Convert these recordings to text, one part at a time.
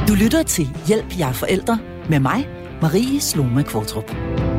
Du lytter til Hjælp, jeg er forældre med mig, Marie Sloma Kvartrup.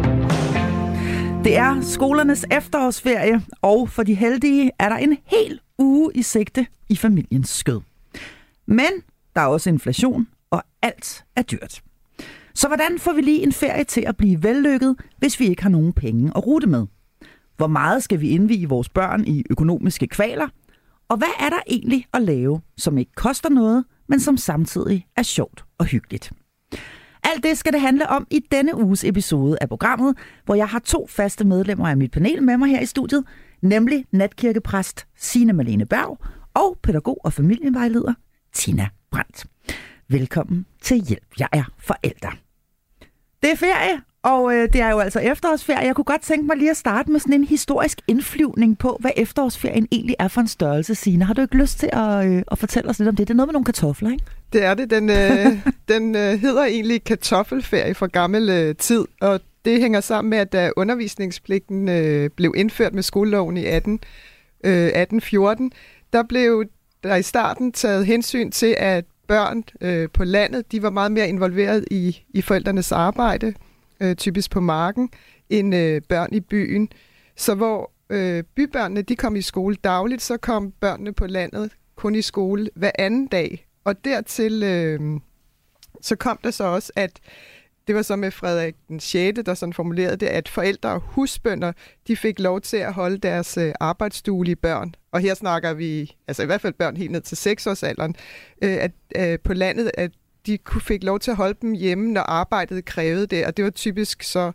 Det er skolernes efterårsferie, og for de heldige er der en hel uge i sigte i familiens skød. Men der er også inflation, og alt er dyrt. Så hvordan får vi lige en ferie til at blive vellykket, hvis vi ikke har nogen penge at rute med? Hvor meget skal vi indvie vores børn i økonomiske kvaler? Og hvad er der egentlig at lave, som ikke koster noget, men som samtidig er sjovt og hyggeligt? Alt det skal det handle om i denne uges episode af programmet, hvor jeg har 2 faste medlemmer af mit panel med mig her i studiet, nemlig natkirkepræst Signe Malene Berg og pædagog og familievejleder Tina Brandt. Velkommen til Hjælp, jeg er forælder. Det er ferie, og det er jo altså efterårsferie. Jeg kunne godt tænke mig lige at starte med sådan en historisk indflyvning på, hvad efterårsferien egentlig er for en størrelse, Signe. Har du ikke lyst til at fortælle os lidt om det? Det er noget med nogle kartofler, ikke? Det er det. Den hedder egentlig kartoffelferie fra gammel tid, og det hænger sammen med, at da undervisningspligten blev indført med skoleloven i 1814, der blev der i starten taget hensyn til, at børn på landet, de var meget mere involveret i forældrenes arbejde, typisk på marken, end børn i byen. Så hvor bybørnene, de kom i skole dagligt, så kom børnene på landet kun i skole hver anden dag. Og dertil så kom der så også, at det var så med Frederik den 6., der sådan formulerede det, at forældre og husbønder, de fik lov til at holde deres arbejdsduelige børn. Og her snakker vi, altså i hvert fald børn helt ned til 6-årsalderen, på landet, at de fik lov til at holde dem hjemme, når arbejdet krævede det. Og det var typisk så,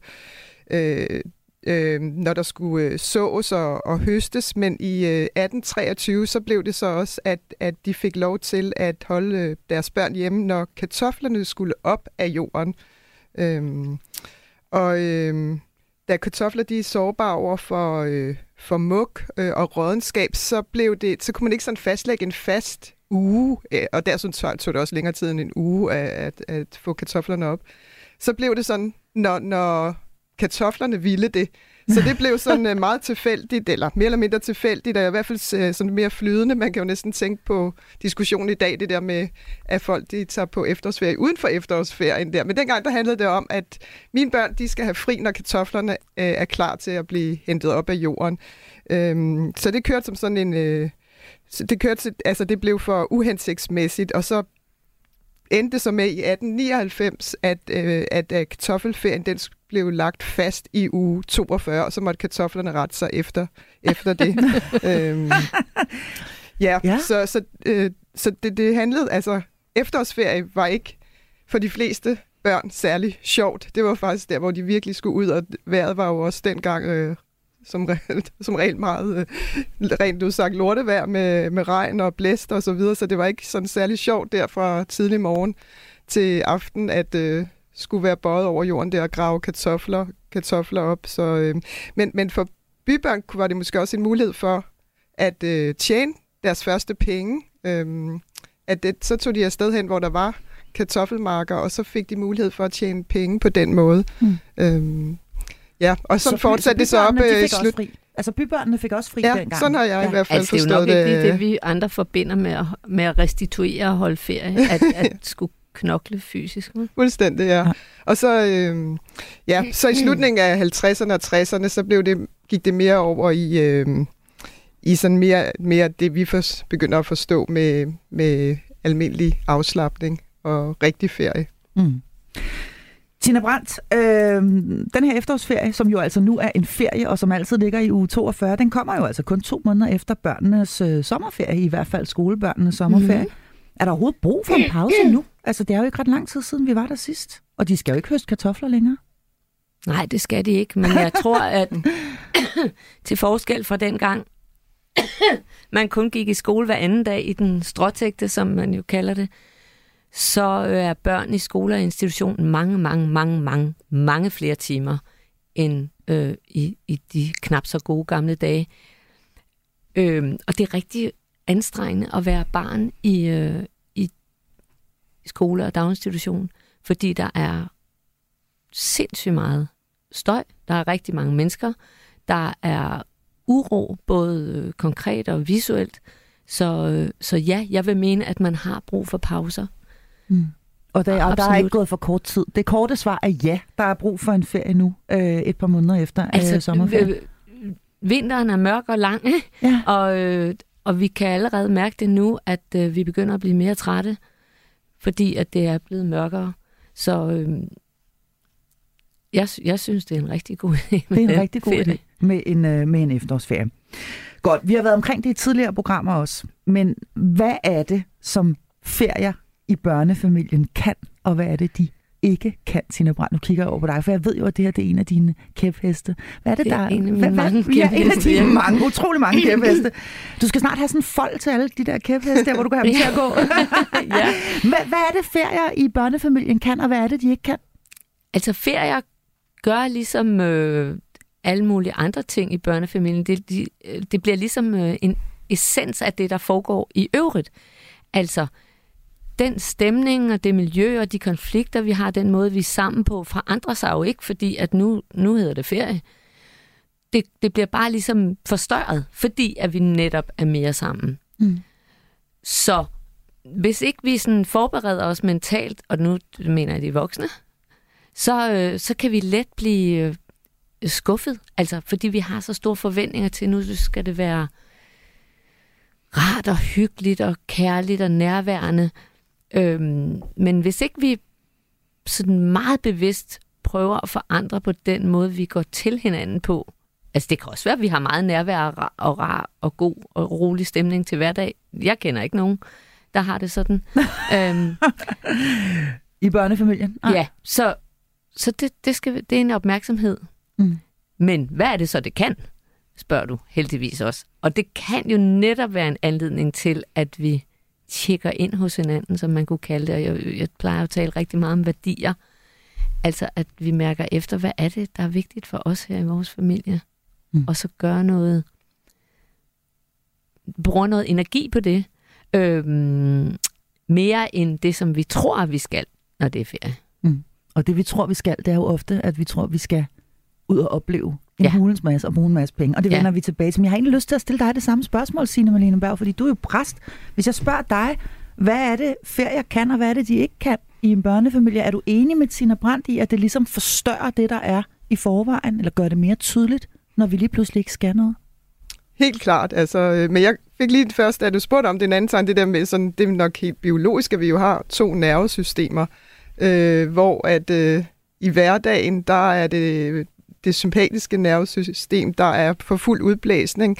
når der skulle sås og høstes. Men i 1823, så blev det så også, at de fik lov til at holde deres børn hjemme, når kartoflerne skulle op af jorden. Da kartofler, de er sårbare over for mug og rådenskab, så kunne man ikke sådan fastlægge en fast uge, og der tog det også længere tid end en uge at få kartoflerne op. Så blev det sådan, når kartoflerne ville det. Så det blev sådan meget tilfældigt, eller mere eller mindre tilfældigt, og i hvert fald sådan mere flydende. Man kan jo næsten tænke på diskussionen i dag, det der med, at folk de tager på efterårsferie uden for efterårsferien der. Men dengang der handlede det om, at mine børn de skal have fri, når kartoflerne er klar til at blive hentet op af jorden. Så det kørte som sådan en... det blev for uhensigtsmæssigt, og så endte så med i 1899, at kartoffelferien den blev lagt fast i uge 42, og så måtte kartoflerne rette sig efter det. Så det handlede, altså efterårsferie var ikke for de fleste børn særlig sjovt. Det var faktisk der, hvor de virkelig skulle ud, og vejret var jo også dengang som regel meget rent udsagt lortevejr med regn og blæst og så videre, så det var ikke sådan særlig sjovt der fra tidlig morgen til aften, at skulle være bøjet over jorden der og grave kartofler op. Så, men for bybørn var det måske også en mulighed for at tjene deres første penge. Så tog de afsted hen, hvor der var kartoffelmarker, og så fik de mulighed for at tjene penge på den måde. Ja, og sådan fortsatte det så op i slut. Altså bybørnene fik også fri dengang. Sådan har jeg i hvert fald forstået det. Det er jo nok ikke det, vi andre forbinder med at restituere og holde ferie, at skulle knokle fysisk. Fuldstændig, ja. Og så, så i slutningen af 50'erne og 60'erne, så gik det mere over i sådan mere det, vi begynder at forstå med almindelig afslapning og rigtig ferie. Tina Brandt, den her efterårsferie, som jo altså nu er en ferie, og som altid ligger i uge 42, den kommer jo altså kun 2 måneder efter børnenes sommerferie, i hvert fald skolebørnenes sommerferie. Er der overhovedet brug for en pause nu? Altså, det er jo ikke ret lang tid siden, vi var der sidst. Og de skal jo ikke høste kartofler længere. Nej, det skal de ikke, men jeg tror, at til forskel fra dengang, man kun gik i skole hver anden dag i den stråtægte, som man jo kalder det, så er børn i skole og institution mange flere timer end i de knap så gode gamle dage. Og det er rigtig anstrengende at være barn i skole og daginstitution, fordi der er sindssygt meget støj, der er rigtig mange mennesker, der er uro, både konkret og visuelt. Så ja, jeg vil mene, at man har brug for pauser. Og der er ikke gået for kort tid. Det korte svar er ja, der er brug for en ferie nu, et par måneder efter sommerferien. Vinteren er mørk og lang, ja. Og vi kan allerede mærke det nu, at vi begynder at blive mere trætte, fordi at det er blevet mørkere. Så jeg synes, det er en rigtig god idé. Det er en rigtig god idé med en efterårsferie. Godt, vi har været omkring det i tidligere programmer også. Men hvad er det, som ferier i børnefamilien kan, og hvad er det, de ikke kan, Tina Brandt? Nu kigger jeg over på dig, for jeg ved jo, at det her det er en af dine kæpheste. Hvad er det, det er der en af mine mange kæpheste. En af dine mange, utrolig mange kæpheste. Du skal snart have sådan en fold til alle de der kæpheste, der, hvor du kan have dem til at gå. Ja. Hvad er det, ferier i børnefamilien kan, og hvad er det, de ikke kan? Altså, ferier gør ligesom alle mulige andre ting i børnefamilien. Det bliver ligesom en essens af det, der foregår i øvrigt. Altså, den stemning og det miljø og de konflikter, vi har, den måde, vi er sammen på, forandrer sig jo ikke, fordi at nu hedder det ferie. Det bliver bare ligesom forstørret, fordi at vi netop er mere sammen. Mm. Så hvis ikke vi sådan forbereder os mentalt, og nu mener jeg de voksne, så kan vi let blive skuffet. Altså, fordi vi har så store forventninger til, nu skal det være rart og hyggeligt og kærligt og nærværende. Men hvis ikke vi sådan meget bevidst prøver at forandre på den måde, vi går til hinanden på. Altså, det kan også være, at vi har meget nærvær og rar og god og rolig stemning til hverdag. Jeg kender ikke nogen, der har det sådan. I børnefamilien? Ja, så det er en opmærksomhed. Mm. Men hvad er det så, det kan, spørger du heldigvis også. Og det kan jo netop være en anledning til, at vi tjekker ind hos hinanden, som man kunne kalde det. Og jeg plejer at tale rigtig meget om værdier. Altså, at vi mærker efter, hvad er det, der er vigtigt for os her i vores familie. Mm. Og så gøre noget, bruge noget energi på det. Mere end det, som vi tror, vi skal, når det er ferie. Mm. Og det, vi tror, vi skal, det er jo ofte, at vi tror, vi skal ud og opleve en hulens masse og bruge en masse penge. Og det vender vi tilbage til. Men jeg har egentlig lyst til at stille dig det samme spørgsmål, Signe Malene Berg, fordi du er jo præst. Hvis jeg spørger dig, hvad er det, ferier kan, og hvad er det, de ikke kan i en børnefamilie? Er du enig med Tina Brandt i, at det ligesom forstørrer det, der er i forvejen, eller gør det mere tydeligt, når vi lige pludselig ikke skal noget? Helt klart. Altså, men jeg fik lige først, da du spurgte om den anden tegn, det der med sådan, det er nok helt biologisk, at vi jo har 2 nervesystemer, hvor at i hverdagen, der er det sympatiske nervesystem, der er for fuld udblæsning.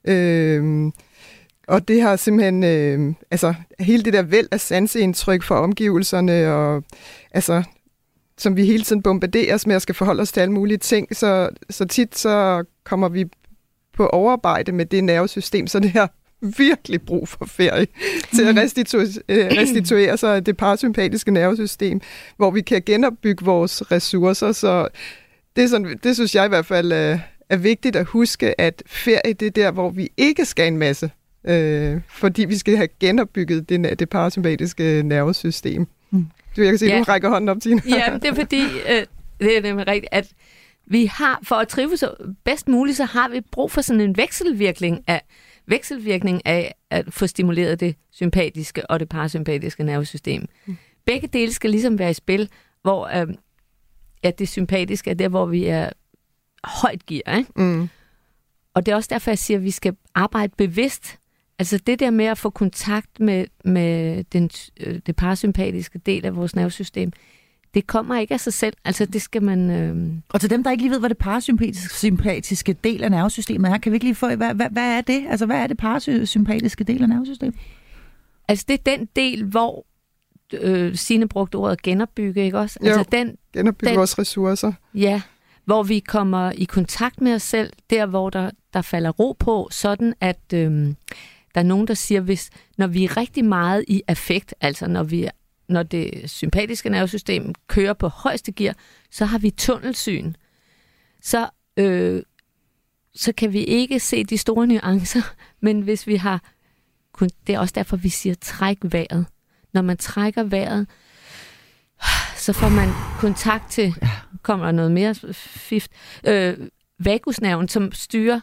Og det har simpelthen, altså hele det der væld af sanseindtryk for omgivelserne, og altså, som vi hele tiden bombarderes med at skal forholde os til alle mulige ting, så tit så kommer vi på overarbejde med det nervesystem, så det har virkelig brug for ferie til at restituere sig af det parasympatiske nervesystem, hvor vi kan genopbygge vores ressourcer. Så det synes jeg i hvert fald er vigtigt at huske, at ferie det er der, hvor vi ikke skal en masse, fordi vi skal have genopbygget det parasympatiske nervesystem. Jeg kan se, at du rækker hånden op, Tina. Ja, det er fordi, det er nemlig rigtigt, at vi har, for at trives bedst muligt, så har vi brug for sådan en vekselvirkning af at få stimuleret det sympatiske og det parasympatiske nervesystem. Begge dele skal ligesom være i spil, hvor at det sympatiske er der, hvor vi er højt gear, ikke? Mm. Og det er også derfor, jeg siger, at vi skal arbejde bevidst. Altså det der med at få kontakt med det parasympatiske del af vores nervesystem, det kommer ikke af sig selv. Altså det skal man... Og til dem, der ikke lige ved, hvad det parasympatiske del af nervesystemet er, kan vi ikke lige få... Hvad er det? Altså hvad er det parasympatiske del af nervesystemet? Altså det er den del, hvor Signe brugte ordet genopbygge, ikke også? Jo, altså genopbygge vores ressourcer. Ja, hvor vi kommer i kontakt med os selv, der hvor der falder ro på, sådan at der er nogen, der siger, når vi er rigtig meget i affekt, altså når det sympatiske nervesystem kører på højeste gear, så har vi tunnelsyn. Så kan vi ikke se de store nuancer, men hvis vi har... Det er også derfor, vi siger, træk vejret. Når man trækker vejret, så får man kontakt til... Kommer der noget mere fift? Vagusnerven, som styrer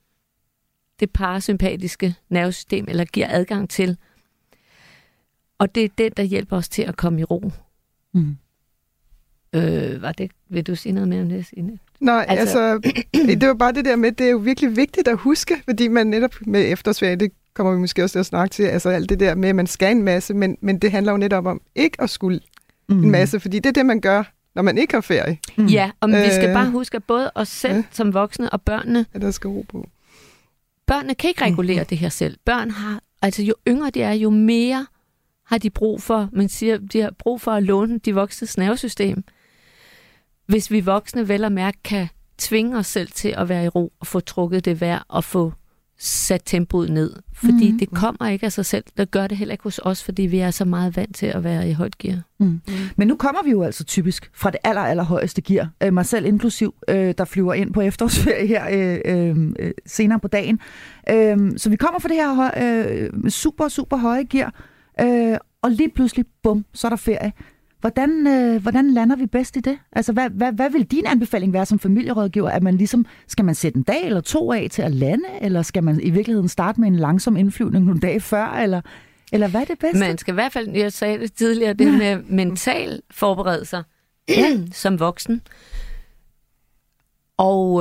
det parasympatiske nervesystem, eller giver adgang til. Og det er den, der hjælper os til at komme i ro. Vil du sige noget mere om det, Signe? Nej, altså det var bare det der med, det er jo virkelig vigtigt at huske, fordi man netop med efterårsferie, det kommer vi måske også til at snakke til, altså alt det der med, at man skal en masse, men det handler jo netop om ikke at skulle en masse, fordi det er det, man gør, når man ikke har ferie. Ja, og vi skal bare huske, at både os selv som voksne og børnene, at der skal ro på. Børnene kan ikke regulere det her selv. Børn har, altså jo yngre de er, jo mere har de brug for, man siger, de har brug for at låne de voksnes nervesystem. Hvis vi voksne vel og mærke kan tvinge os selv til at være i ro og få trukket det vejr og få sat tempoet ned. Fordi det kommer ikke af sig selv. Det gør det heller ikke hos os, fordi vi er så meget vant til at være i højt gear. Men nu kommer vi jo altså typisk fra det allerhøjeste gear. Mig selv inklusiv, der flyver ind på efterårsferie her senere på dagen. Så vi kommer fra det her super høje gear, og lige pludselig, bum, så er der ferie. Hvordan lander vi bedst i det? Altså, hvad vil din anbefaling være som familierådgiver? At man ligesom, skal man sætte en dag eller 2 af til at lande, eller skal man i virkeligheden starte med en langsom indflyvning nogle dage før, eller hvad er det bedste? Man skal i hvert fald, jeg sagde det tidligere, det med mental forberede sig som voksen. Og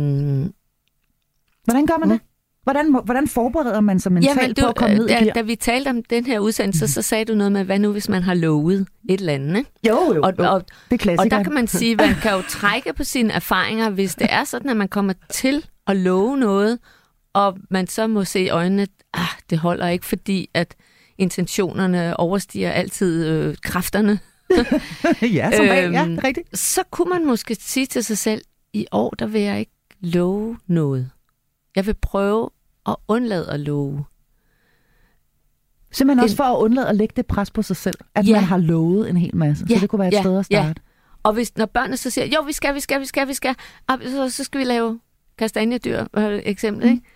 hvordan gør man det? Hvordan forbereder man sig mentalt på at komme ned i gear? Da vi talte om den her udsendelse, så sagde du noget med, hvad nu, hvis man har lovet et eller andet? Ikke? Jo. Og det er klassikeren. Og der kan man sige, at man kan jo trække på sine erfaringer, hvis det er sådan, at man kommer til at love noget, og man så må se i øjnene, at det holder ikke, fordi at intentionerne overstiger altid kræfterne. Ja, som regel. Ja, det er rigtigt. Så kunne man måske sige til sig selv, i år, der vil jeg ikke love noget. Jeg vil prøve at undlade at love. Simpelthen også for at undlade at lægge det pres på sig selv, at man har lovet en hel masse. Så det kunne være et sted at starte. Ja. Og når børnene så siger, jo, vi skal, så skal vi lave kastanjedyr, eksempel, ikke?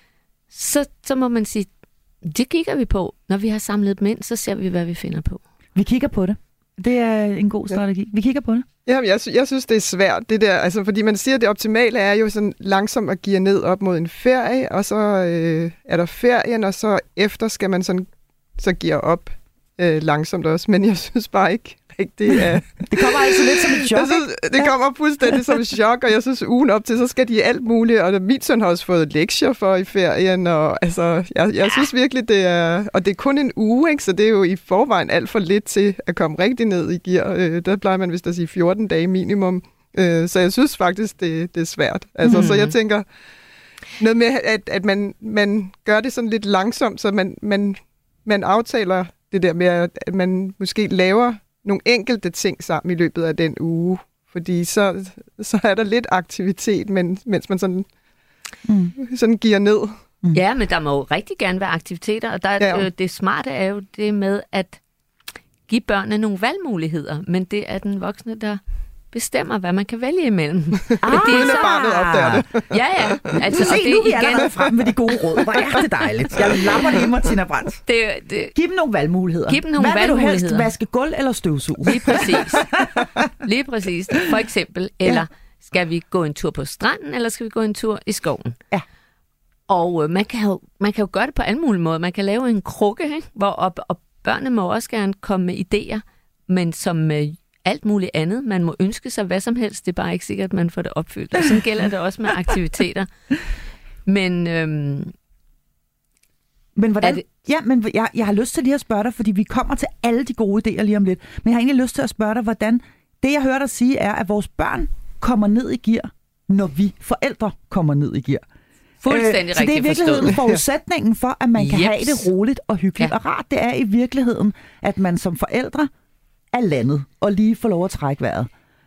Så må man sige, det kigger vi på. Når vi har samlet dem ind, så ser vi, hvad vi finder på. Vi kigger på det. Det er en god strategi. Vi kigger på det. Ja, jeg synes, det er svært, det der. Altså, fordi man siger, at det optimale er jo sådan langsomt at geare ned op mod en ferie, og så er der ferien, og så efter skal man sådan, så geare op langsomt også. Men jeg synes bare ikke rigtigt, det kommer altså lidt som et chok. Det kommer fuldstændig som et chok, og jeg synes, ugen op til, så skal de alt muligt, og min søn har også fået lektier for i ferien, og altså, jeg synes virkelig, det er, og det er kun en uge, ikke? Så det er jo i forvejen alt for lidt til at komme rigtig ned i gear. Der plejer man vist at sige 14 dage minimum, så jeg synes faktisk, det er svært. Altså, så jeg tænker, noget med, at man gør det sådan lidt langsomt, så man aftaler det der med, at man måske laver nogle enkelte ting sammen i løbet af den uge, fordi så er der lidt aktivitet, mens man sådan gear ned. Ja, men der må jo rigtig gerne være aktiviteter, og det smarte er jo det med at give børnene nogle valgmuligheder, men det er den voksne, der bestemmer, hvad man kan vælge imellem. Uden at barnet opdager det. Ja. Altså, se, nu er vi allerede fremme med de gode råd. Hvor er det dejligt. Jeg lapper det i Martina Brandt. Giv dem nogle valgmuligheder. Hvad vil du helst? Vaske gulv eller støvsuge? Lige præcis. For eksempel. Eller skal vi gå en tur på stranden, eller skal vi gå en tur i skoven? Ja. Og man kan jo gøre det på alle mulige måder. Man kan lave en krukke, ikke? Og børnene må også gerne komme med idéer, men som alt muligt andet. Man må ønske sig hvad som helst. Det er bare ikke sikkert, at man får det opfyldt. Og sådan gælder det også med aktiviteter. Men hvordan? Men jeg har lyst til lige at spørge dig, fordi vi kommer til alle de gode idéer lige om lidt. Men jeg har egentlig lyst til at spørge dig, hvordan det, jeg hører dig sige, er, at vores børn kommer ned i gear, når vi forældre kommer ned i gear. Fuldstændig så det er i virkeligheden forudsætningen for, at man kan have det roligt og hyggeligt. Ja. Og rart det er i virkeligheden, at man som forældre er landet og lige får lov at trække vejret.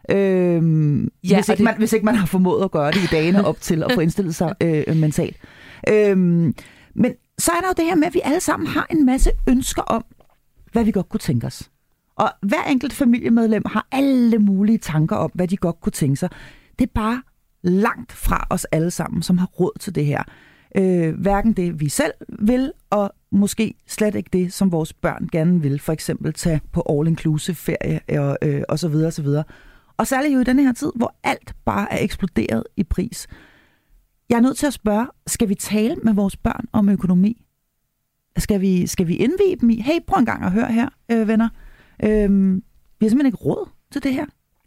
Hvis ikke man har formået at gøre det i dagene op til at få indstillet sig mentalt. Men så er der jo det her med, at vi alle sammen har en masse ønsker om, hvad vi godt kunne tænke os. Og hver enkelt familiemedlem har alle mulige tanker om, hvad de godt kunne tænke sig. Det er bare langt fra os alle sammen, som har råd til det her. Hverken det, vi selv vil, og måske slet ikke det, som vores børn gerne vil. For eksempel tage på all-inclusive ferie og så videre, og så videre. Og særligt jo i denne her tid, hvor alt bare er eksploderet i pris. Jeg er nødt til at spørge, skal vi tale med vores børn om økonomi? Skal vi indvie dem i, hey, prøv en gang at høre her, venner. Vi har simpelthen ikke råd til det her.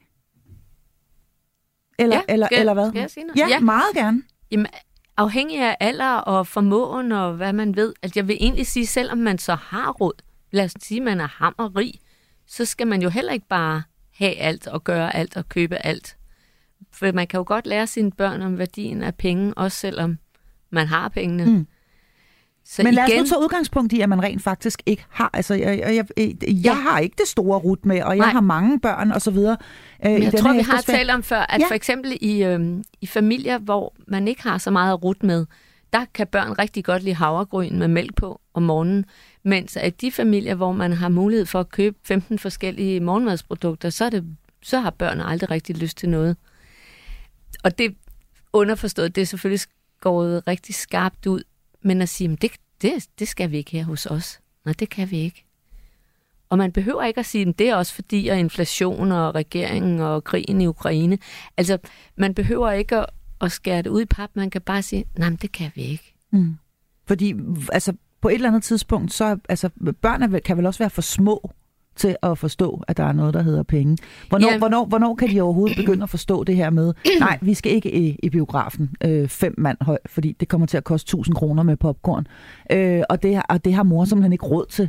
Eller hvad? Skal jeg sige noget? Ja, meget gerne. Jamen, afhængig af alder og formåen og hvad man ved. Altså, jeg vil egentlig sige, selvom man så har råd, lad os sige, man er hammerrig, så skal man jo heller ikke bare have alt og gøre alt og købe alt. For man kan jo godt lære sine børn om værdien af penge, også selvom man har pengene. Mm. Så men lad os nu tage udgangspunkt i, at man rent faktisk ikke har. Altså, jeg har ikke det store rut med, og jeg har mange børn og så videre. Jeg tror, vi har talt om før, at for eksempel i familier, hvor man ikke har så meget rut med, der kan børn rigtig godt lide havregryn med mælk på om morgenen. Mens at de familier, hvor man har mulighed for at købe 15 forskellige morgenmadsprodukter, så har børn aldrig rigtig lyst til noget. Og det underforstået, det er selvfølgelig skåret rigtig skarpt ud, men at sige, det skal vi ikke her hos os. Nej, det kan vi ikke. Og man behøver ikke at sige, at det er også fordi af inflation og regeringen og krigen i Ukraine. Altså, man behøver ikke at skære det ud i pap. Man kan bare sige, nej, det kan vi ikke. Mm. Fordi altså, på et eller andet tidspunkt, så børn kan vel også være for små til at forstå, at der er noget, der hedder penge. Hvornår kan de overhovedet begynde at forstå det her med, nej, vi skal ikke i biografen 5 mand høj, fordi det kommer til at koste 1.000 kroner med popcorn. Og det har mor simpelthen ikke råd til.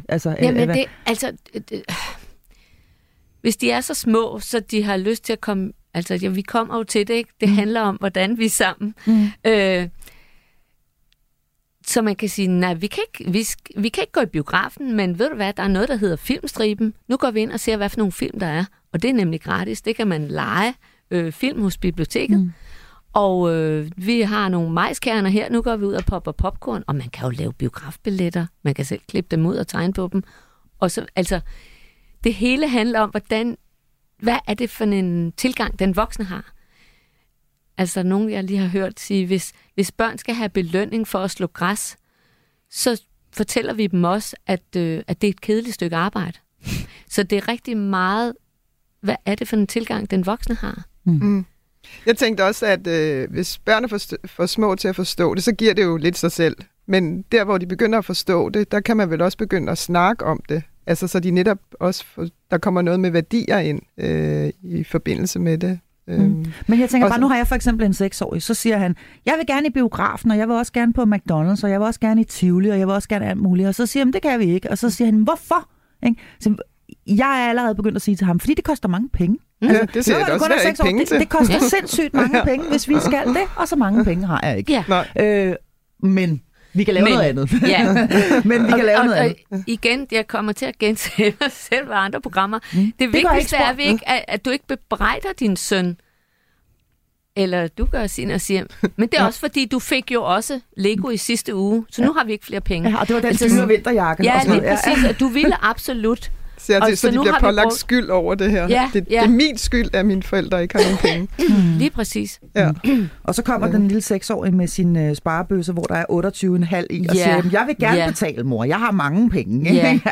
Hvis de er så små, så de har lyst til at komme, vi kommer jo til det, ikke? Det handler om, hvordan vi er sammen. Så man kan sige, nej, vi kan ikke gå i biografen, men ved du hvad, der er noget, der hedder Filmstriben. Nu går vi ind og ser, hvad for nogle film der er, og det er nemlig gratis. Det kan man leje film hos biblioteket. Og vi har nogle majskerner her, nu går vi ud og popper popcorn, og man kan jo lave biografbilletter. Man kan selv klippe dem ud og tegne på dem. Og så, det hele handler om, hvad er det for en tilgang, den voksne har. Altså nogen, jeg lige har hørt sige, hvis børn skal have belønning for at slå græs, så fortæller vi dem også, at det er et kedeligt stykke arbejde. Så det er rigtig meget, hvad er det for en tilgang, den voksne har. Jeg tænkte også, at hvis børn er for små til at forstå det, så giver det jo lidt sig selv. Men der, hvor de begynder at forstå det, der kan man vel også begynde at snakke om det. Altså, så de netop også der kommer noget med værdier ind i forbindelse med det. Men jeg tænker bare, nu har jeg for eksempel en 6-årig, så siger han, jeg vil gerne i biografen, og jeg vil også gerne på McDonald's, og jeg vil også gerne i Tivoli, og jeg vil også gerne alt muligt. Og så siger han, det kan vi ikke. Og så siger han, hvorfor? Så jeg er allerede begyndt at sige til ham, fordi det koster mange penge. Altså, det siger jeg også, der er ikke penge til. Det koster sindssygt mange penge, hvis vi skal det, og så mange penge har jeg ikke. Ja. Men vi kan lave noget andet. Ja. Men vi kan lave noget andet. Igen, jeg kommer til at gentage mig selv ved andre programmer. Det vigtigste er, at du ikke bebrejder din søn. Eller du gør sin og siger, men det er også fordi, du fik jo også Lego i sidste uge, så nu har vi ikke flere penge. Ja, og det var den dyre vinterjakke. Ja, lige præcis. Og du ville absolut. Så de bliver pålagt skyld over det her. Ja, det er min skyld, at mine forældre ikke har nogen penge. Lige præcis. Ja. Og så kommer den lille 6-årige med sin sparebøsse, hvor der er 28,5 i, og siger, jeg vil gerne betale, mor. Jeg har mange penge.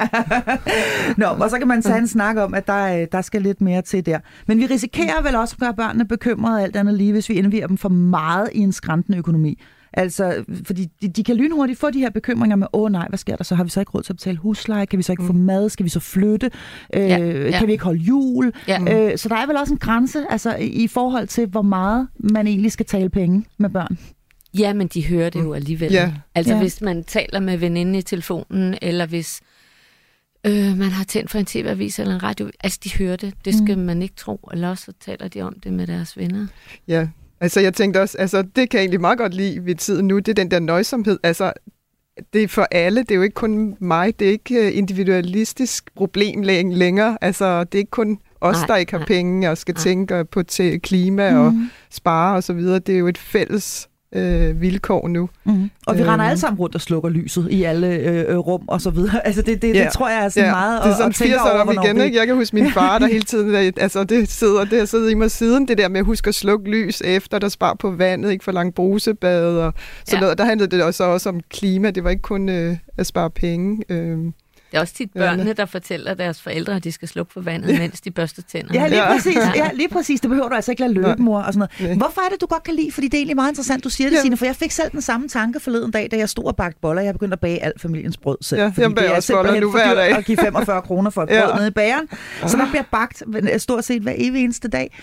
Nå, og så kan man tage en snak om, at der skal lidt mere til der. Men vi risikerer vel også at gøre børnene bekymrede alt andet lige, hvis vi indvier dem for meget i en skrantende økonomi. Altså, fordi de kan lynhurtigt få de her bekymringer med, nej, hvad sker der så? Har vi så ikke råd til at betale husleje? Kan vi så ikke få mad? Skal vi så flytte? Kan vi ikke holde jul? Så der er vel også en grænse altså, i forhold til, hvor meget man egentlig skal tale penge med børn. Ja, men de hører det jo alligevel. Altså, hvis man taler med veninden i telefonen, eller hvis man har tændt for en tv-avis eller en radio, altså, de hører det. Det skal man ikke tro, eller også så taler de om det med deres venner. Ja. Altså, jeg tænkte også, altså, det kan jeg egentlig meget godt lide ved tiden nu, det er den der nøjsomhed. Altså, det er for alle, det er jo ikke kun mig, det er ikke individualistisk problem længere. Altså, det er ikke kun os, der ikke har penge og skal tænke på til klima og spare og så videre. Det er jo et fælles vilkår nu. Og vi render alle sammen rundt og slukker lyset i alle rum og så videre. Altså det tror jeg er sådan meget det er sådan 80'erne om igen, ikke? Jeg kan huske min far, der hele tiden, altså det har siddet i mig siden, det der med at huske at slukke lys efter, der sparer på vandet, ikke for langt brusebad og sådan noget. Der handlede det også om klima, det var ikke kun at spare penge. Det er også tit børnene, der fortæller deres forældre, at de skal slukke for vandet, mens de børster tænder. Ja, lige præcis. Ja, lige præcis. Det behøver du altså ikke lade løbe, mor. Og sådan noget. Hvorfor er det, du godt kan lide? Fordi det er egentlig meget interessant, du siger det, Signe. For jeg fik selv den samme tanke forleden dag, da jeg stod og bagte boller. Jeg begyndte at bage alt familiens brød selv. Ja, fordi det er simpelthen for dyrt at give 45 kroner for et brød nede i bageren. Så der bliver bagt stort set hver evig eneste dag.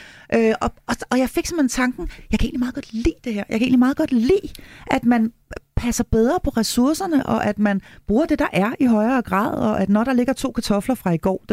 Og jeg fik simpelthen tanken, jeg kan egentlig meget godt lide det her. Jeg kan egentlig meget godt lide, at man passer bedre på ressourcerne, og at man bruger det, der er i højere grad, og at når der ligger 2 kartofler fra i går,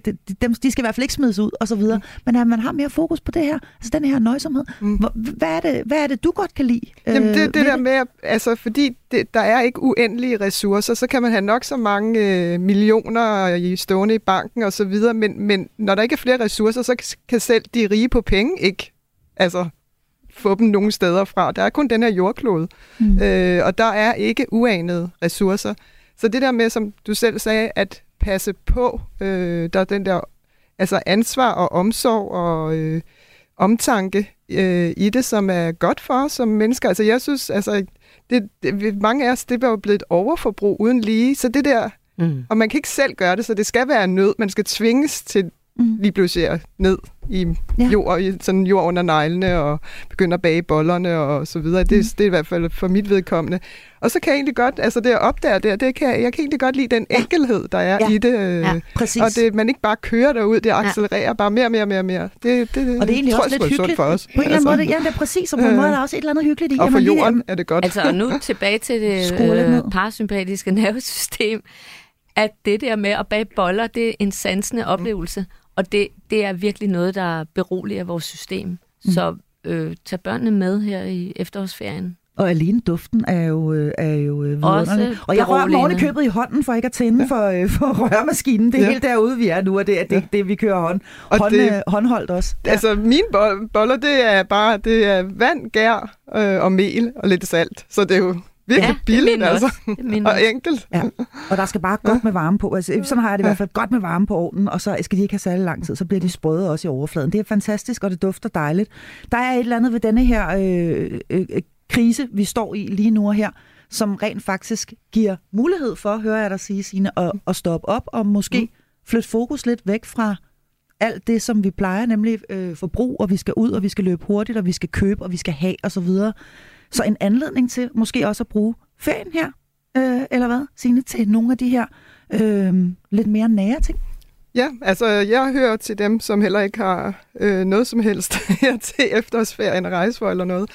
de skal i hvert fald ikke smides ud, og så videre. Men at man har mere fokus på det her, altså den her nøjsomhed. Hvad er det, du godt kan lide? Jamen det der med, altså fordi der er ikke uendelige ressourcer, så kan man have nok så mange millioner stående i banken og så videre, men når der ikke er flere ressourcer, så kan selv de rige på penge ikke, altså få dem nogle steder fra. Der er kun den her jordklode, og der er ikke uanede ressourcer. Så det der med, som du selv sagde, at passe på, der er den der altså ansvar og omsorg og omtanke i det, som er godt for os som mennesker. Altså jeg synes, altså mange af os, det var jo blevet et overforbrug uden lige, så det der, og man kan ikke selv gøre det, så det skal være nød. Man skal tvinges til lige pludselig ned i jord under neglene og begynde at bage bollerne og så videre. Det er i hvert fald for mit vedkommende. Og så kan jeg egentlig godt, altså det at opdage jeg kan egentlig godt lide den enkelhed, der er i det. Præcis. Og man ikke bare kører derud, det accelererer bare mere. Det og det er egentlig tror også jeg, lidt hyggeligt. For os. På en eller anden måde, ja, det er præcis, og på en måde er der også et eller andet hyggeligt i. Og for jorden er det godt. Altså, og nu tilbage til det parasympatiske nervesystem, at det der med at bage boller, det er en sansende oplevelse. Og det er virkelig noget, der beroliger vores system. Så tag børnene med her i efterårsferien. Og alene duften er jo vidunderlig. Og jeg rører mig ovenikøbet i hånden, for ikke at tænde for røremaskinen. Det er helt derude, vi er nu, og det er det, vi kører håndholdt også. Ja. Altså, mine boller, det er vand, gær og mel og lidt salt. Så det er jo virkelig billigt, altså. Og enkelt. Ja. Og der skal bare godt med varme på. Altså, sådan har jeg det i hvert fald godt med varme på ovnen, og så skal de ikke have særlig lang tid, så bliver de sprøde også i overfladen. Det er fantastisk, og det dufter dejligt. Der er et eller andet ved denne her krise, vi står i lige nu og her, som rent faktisk giver mulighed for, hører jeg dig sige, Signe, at stoppe op og måske flytte fokus lidt væk fra alt det, som vi plejer, nemlig forbrug, og vi skal ud, og vi skal løbe hurtigt, og vi skal købe, og vi skal have, og så videre. Så en anledning til måske også at bruge ferien her, eller hvad, Signe, til nogle af de her lidt mere nære ting? Ja, altså jeg hører til dem, som heller ikke har noget som helst her til efterårsferien at rejse for eller noget.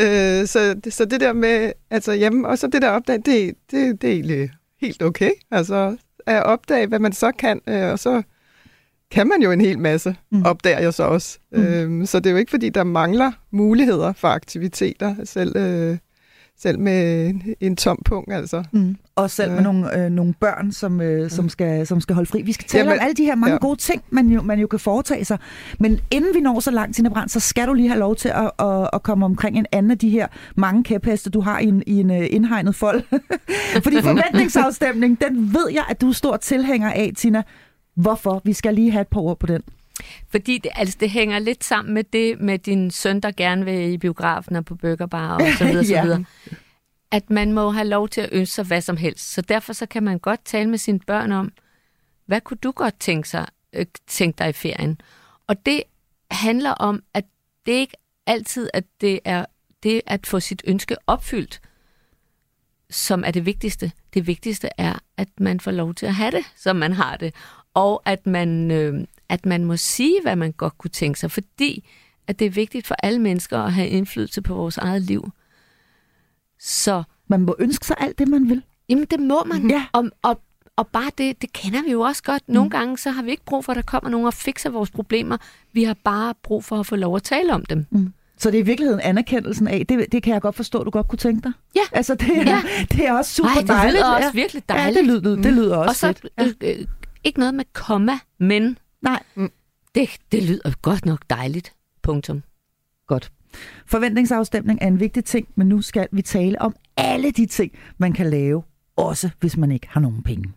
Så det der med, altså hjemme, og så det der opdag, det er egentlig helt okay. Altså at opdage, hvad man så kan, og så kan man jo en hel masse, opdager jeg så også. Så det er jo ikke, fordi der mangler muligheder for aktiviteter, selv med en tom punkt, altså. Og selv med nogle børn, som skal holde fri. Vi skal tale om alle de her mange gode ting, man jo kan foretage sig. Men inden vi når så langt, Tina Brandt, så skal du lige have lov til at komme omkring en anden af de her mange kæpheste, du har i en indhegnet fold. Fordi forventningsafstemning, den ved jeg, at du er stor tilhænger af, Tina. Hvorfor? Vi skal lige have et par ord på den. Fordi det hænger lidt sammen med det med din søn, der gerne vil i biografen og på burgerbar og så videre, så videre. At man må have lov til at ønske sig hvad som helst. Så derfor så kan man godt tale med sine børn om, hvad kunne du godt tænke dig i ferien? Og det handler om, at det ikke altid, at det er det at få sit ønske opfyldt, som er det vigtigste. Det vigtigste er, at man får lov til at have det, som man har det. Og at man må sige, hvad man godt kunne tænke sig, fordi at det er vigtigt for alle mennesker at have indflydelse på vores eget liv. Så man må ønske sig alt det, man vil. Jamen, det må man. Ja. Og bare det kender vi jo også godt. Nogle gange så har vi ikke brug for, at der kommer nogen og fikser vores problemer. Vi har bare brug for at få lov at tale om dem. Så det er i virkeligheden anerkendelsen af, det kan jeg godt forstå, du godt kunne tænke dig. Ja. Altså, det er også super dejligt. Det lyder også virkelig dejligt. Ja, det lyder også og så ikke noget med komma, men nej. Det lyder godt nok dejligt. Punktum. Godt. Forventningsafstemning er en vigtig ting, men nu skal vi tale om alle de ting, man kan lave, også hvis man ikke har nogen penge.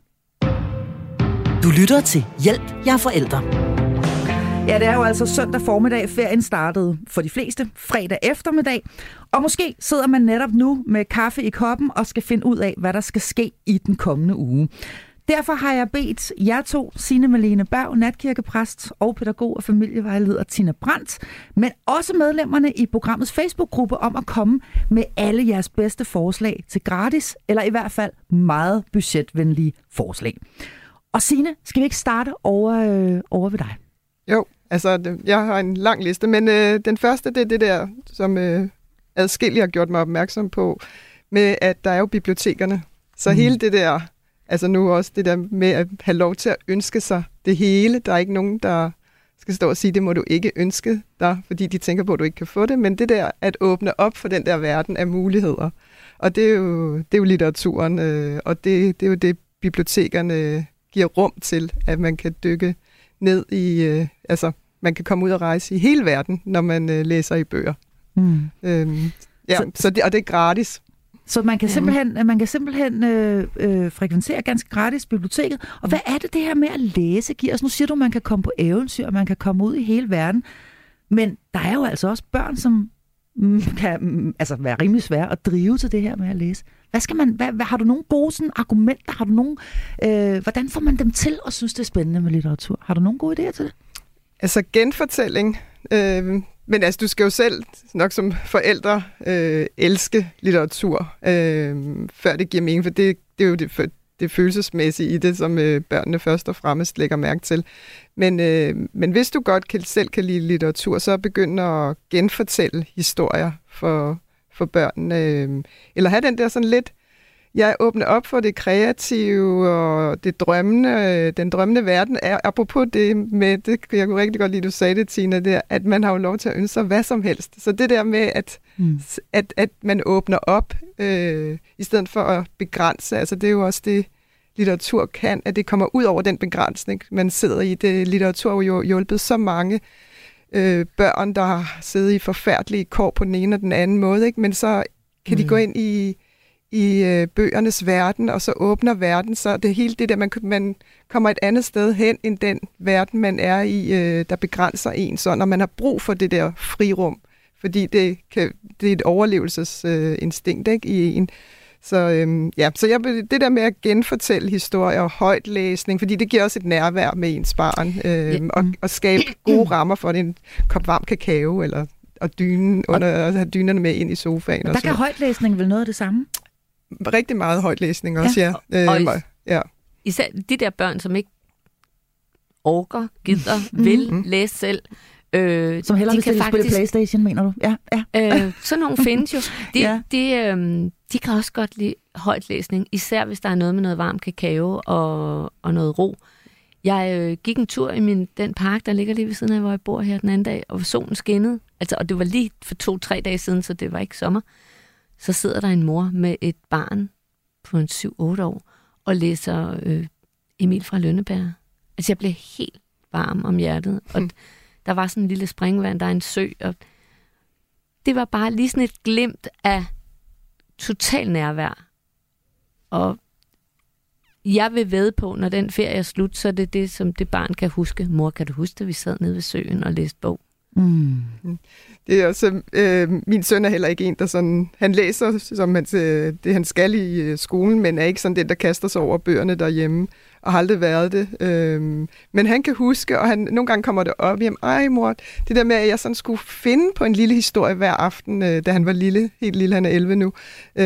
Du lytter til Hjælp, jeg er forældre. Ja, det er jo altså søndag formiddag. Ferien startede for de fleste fredag eftermiddag. Og måske sidder man netop nu med kaffe i koppen og skal finde ud af, hvad der skal ske i den kommende uge. Derfor har jeg bedt jer to, Signe Malene Berg, natkirkepræst og pædagog og familievejleder Tina Brandt, men også medlemmerne i programmets Facebook-gruppe om at komme med alle jeres bedste forslag til gratis, eller i hvert fald meget budgetvenlige forslag. Og Signe, skal vi ikke starte over ved dig? Jo, altså jeg har en lang liste, men den første, det er det der, som adskillige har gjort mig opmærksom på, med at der er jo bibliotekerne. Så hele det der, altså nu også det der med at have lov til at ønske sig det hele. Der er ikke nogen, der skal stå og sige, det må du ikke ønske dig, fordi de tænker på, at du ikke kan få det. Men det der at åbne op for den der verden af muligheder. Og det er jo litteraturen, og det er jo det, bibliotekerne giver rum til, at man kan dykke ned i, altså man kan komme ud og rejse i hele verden, når man læser i bøger. Og det er gratis. Så man kan simpelthen frekventere ganske gratis biblioteket. Og hvad er det her med at læse giver os? Nu siger du, at man kan komme på eventyr, og man kan komme ud i hele verden. Men der er jo altså også børn, som kan være rimelig svære at drive til det her med at læse. Har du nogle gode sådan, argumenter? Har du nogle, hvordan får man dem til at synes, det er spændende med litteratur? Har du nogle gode idéer til det? Altså genfortælling. Men altså, du skal jo selv nok som forældre elske litteratur, før det giver mening, for det er jo det følelsesmæssige i det, som børnene først og fremmest lægger mærke til. Men hvis du godt selv kan lide litteratur, så begynd at genfortælle historier for børnene. Eller have den der sådan lidt, jeg åbner op for det kreative og det drømmende, den drømmende verden. Apropos det med, jeg kunne rigtig godt lide, du sagde det, Tina, der, at man har jo lov til at ønske sig hvad som helst. Så det der med, at man åbner op, i stedet for at begrænse, altså det er jo også det, litteratur kan, at det kommer ud over den begrænsning, man sidder i. Litteratur har jo hjulpet så mange børn, der har siddet i forfærdelige kår på den ene og den anden måde, ikke? Men så kan de gå ind i bøgernes verden, og så åbner verden, så det er hele det der, man kommer et andet sted hen, end den verden, man er i, der begrænser en, så når man har brug for det der frirum, fordi det er et overlevelsesinstinkt, ikke, i en. Så det der med at genfortælle historier og højtlæsning, fordi det giver også et nærvær med ens barn, og skabe gode rammer for det, en kop varm kakao, eller og dynen og have dynerne med ind i sofaen. Der kan højtlæsning vel noget af det samme? Rigtig meget højtlæsning også, ja. Især de der børn, som ikke orker, gider, vil læse selv. Som hellere vil spille PlayStation, mener du? Ja. Sådan nogle findes jo. De kan også godt lide højtlæsning, især hvis der er noget med noget varm kakao og noget ro. Jeg gik en tur i den park, der ligger lige ved siden af, hvor jeg bor her den anden dag, og solen skinnede. Altså, og det var lige for 2-3 dage siden, så det var ikke sommer. Så sidder der en mor med et barn på en 7-8 år og læser Emil fra Lønneberg. Altså, jeg blev helt varm om hjertet. Og der var sådan en lille springvand, der er en sø, og det var bare lige sådan et glimt af total nærvær. Og jeg vil vædde på, når den ferie er slut, så er det, som det barn kan huske. Mor, kan du huske, at vi sad nede ved søen og læste bog? Det er også, min søn er heller ikke en, der sådan, han læser, som det han skal i skolen, men er ikke sådan den, der kaster sig over bøgerne derhjemme, og har aldrig været det. Men han kan huske, og nogle gange kommer det op hjem, ej mor, det der med, at jeg sådan skulle finde på en lille historie hver aften, da han var lille, helt lille, han er 11 nu.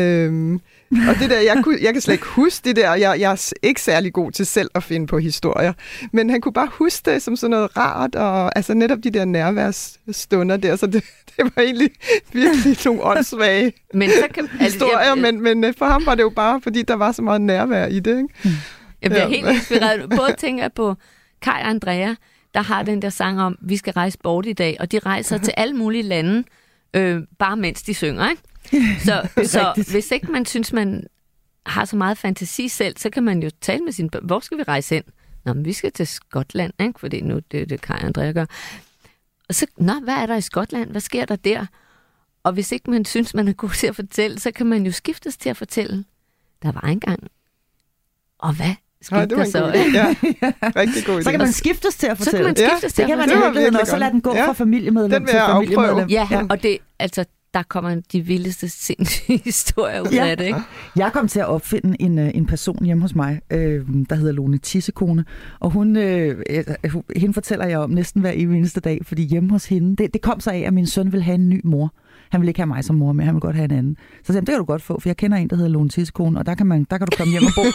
Og det der, jeg kan slet ikke huske det der, jeg er ikke særlig god til selv at finde på historier, men han kunne bare huske det som sådan noget rart, og altså netop de der nærværsstunder der, så det var egentlig virkelig nogle åndssvage historier, men for ham var det jo bare, fordi der var så meget nærvær i det, ikke? Jeg bliver helt inspireret. Både tænker jeg på Kai og Andrea, der har den der sang om, vi skal rejse bort i dag, og de rejser til alle mulige lande, bare mens de synger, ikke? Så hvis ikke man synes, man har så meget fantasi selv, så kan man jo tale med sine børn. Hvor skal vi rejse hen? Nå, men vi skal til Skotland, ikke? Fordi nu det Kai og Andrea gør. Og så, hvad er der i Skotland? Hvad sker der der? Og hvis ikke man synes, man er god til at fortælle, så kan man jo skiftes til at fortælle. Der var engang. Og hvad skete der så? Ja, rigtig god idé. Så kan man skiftes til at fortælle. Så kan man skiftes til at fortælle. Det kan man og så lade den gå fra familiemedlem til familiemedlem. Ja, og det, altså, der kommer de vildeste sindssyge historier ud af det, ikke? Jeg kom til at opfinde en person hjemme hos mig, der hedder Lone Tissekone, og hende fortæller jeg om næsten hver eneste dag, fordi hjemme hos hende, det kom så af, at min søn ville have en ny mor. Han vil ikke have mig som mor, men han vil godt have en anden. Så sagde jeg, det kan du godt få, for jeg kender en, der hedder Lone Tissekone, og der kan du komme hjem og bo.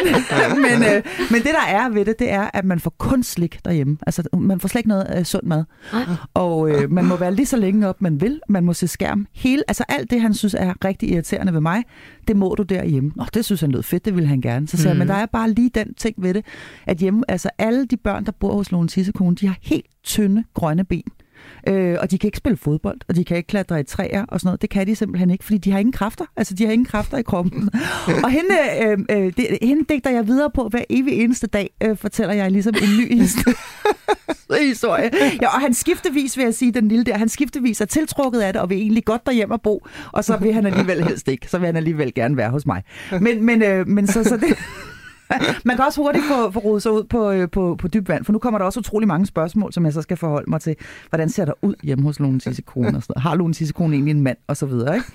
Men det, der er ved det er, at man får kun slik derhjemme. Altså, man får slet ikke noget sund mad. Og man må være lige så længe op, man vil. Man må se skærm. Altså alt det, han synes er rigtig irriterende ved mig, det må du derhjemme. Det synes han lød fedt, det ville han gerne. Så sagde jeg, men der er bare lige den ting ved det, at hjemme, altså alle de børn, der bor hos Lone Tissekone, de har helt tynde, grønne ben. Og de kan ikke spille fodbold, og de kan ikke klatre i træer og sådan noget. Det kan de simpelthen ikke, fordi de har ingen kræfter. Altså, de har ingen kræfter i kroppen. Og hende digter jeg videre på hver evig eneste dag, fortæller jeg ligesom en ny historie. Ja, og han skiftevis, vil jeg sige, den lille der, han skiftevis er tiltrukket af det, og vil egentlig godt derhjemme og bo, og så vil han alligevel helst ikke. Så vil han alligevel gerne være hos mig. Men så det... Man kan også hurtigt få rodet sig ud på dyb vand, for nu kommer der også utrolig mange spørgsmål, som jeg så skal forholde mig til. Hvordan ser der ud hjemme hos Lone Tissekone? Og sådan noget? Har Lone Tissekone egentlig en mand? Og så videre, ikke?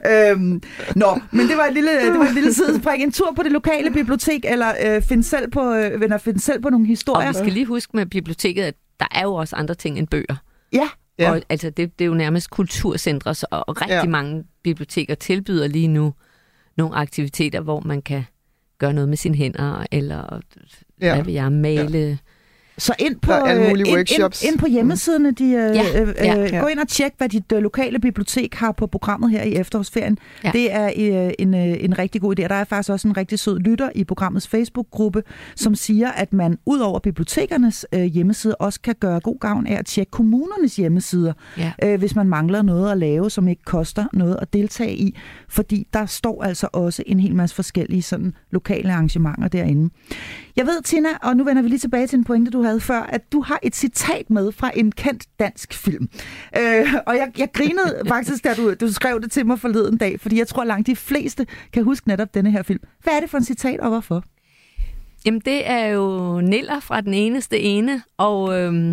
Men det var et lille sidespring. En tur på det lokale bibliotek, eller finde selv på nogle historier. Og vi skal lige huske med biblioteket, at der er jo også andre ting end bøger. Ja. Og altså, det er jo nærmest kulturcentre, og rigtig mange biblioteker tilbyder lige nu nogle aktiviteter, hvor man kan gøre noget med sine hænder, eller hvad vil jeg, male. Ja. Så ind på, workshops. Ind på hjemmesiderne, gå ind og tjek, hvad dit lokale bibliotek har på programmet her i efterårsferien. Ja. Det er en rigtig god idé. Der er faktisk også en rigtig sød lytter i programmets Facebook-gruppe, som siger, at man ud over bibliotekernes hjemmesider også kan gøre god gavn af at tjekke kommunernes hjemmesider, hvis man mangler noget at lave, som ikke koster noget at deltage i. Fordi der står altså også en hel masse forskellige sådan, lokale arrangementer derinde. Jeg ved, Tina, og nu vender vi lige tilbage til en pointe, du havde før, at du har et citat med fra en kendt dansk film. Og jeg grinede faktisk, da du skrev det til mig forleden dag, fordi jeg tror langt de fleste kan huske netop denne her film. Hvad er det for en citat, og hvorfor? Jamen, det er jo Niller fra Den Eneste Ene, og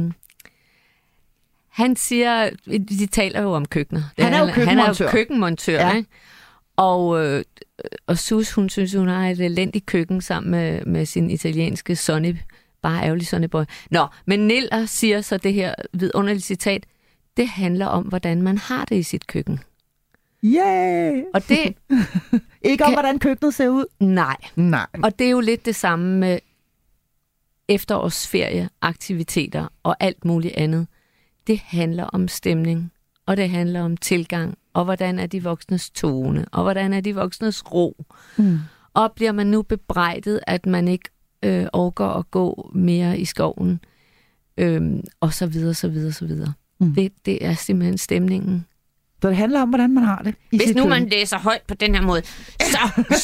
han siger, de taler jo om køkkener. Han er jo køkkenmontør, ja. Ikke? Og Sus, hun synes, hun har et elendigt køkken sammen med sin italienske Sonny, bare ærgerlig Sonny Boy. Men Niller siger så det her vidunderlige citat, det handler om, hvordan man har det i sit køkken. Yeah! Og det... Ikke om, hvordan køkkenet ser ud? Nej. Og det er jo lidt det samme med efterårsferie, aktiviteter og alt muligt andet. Det handler om stemning, og det handler om tilgang, og hvordan er de voksnes tone, og hvordan er de voksnes ro. Og bliver man nu bebrejdet, at man ikke orker at gå mere i skoven, og så videre, så videre, så videre. Det er simpelthen stemningen. Så det handler om, hvordan man har det. Hvis nu man læser højt på den her måde, så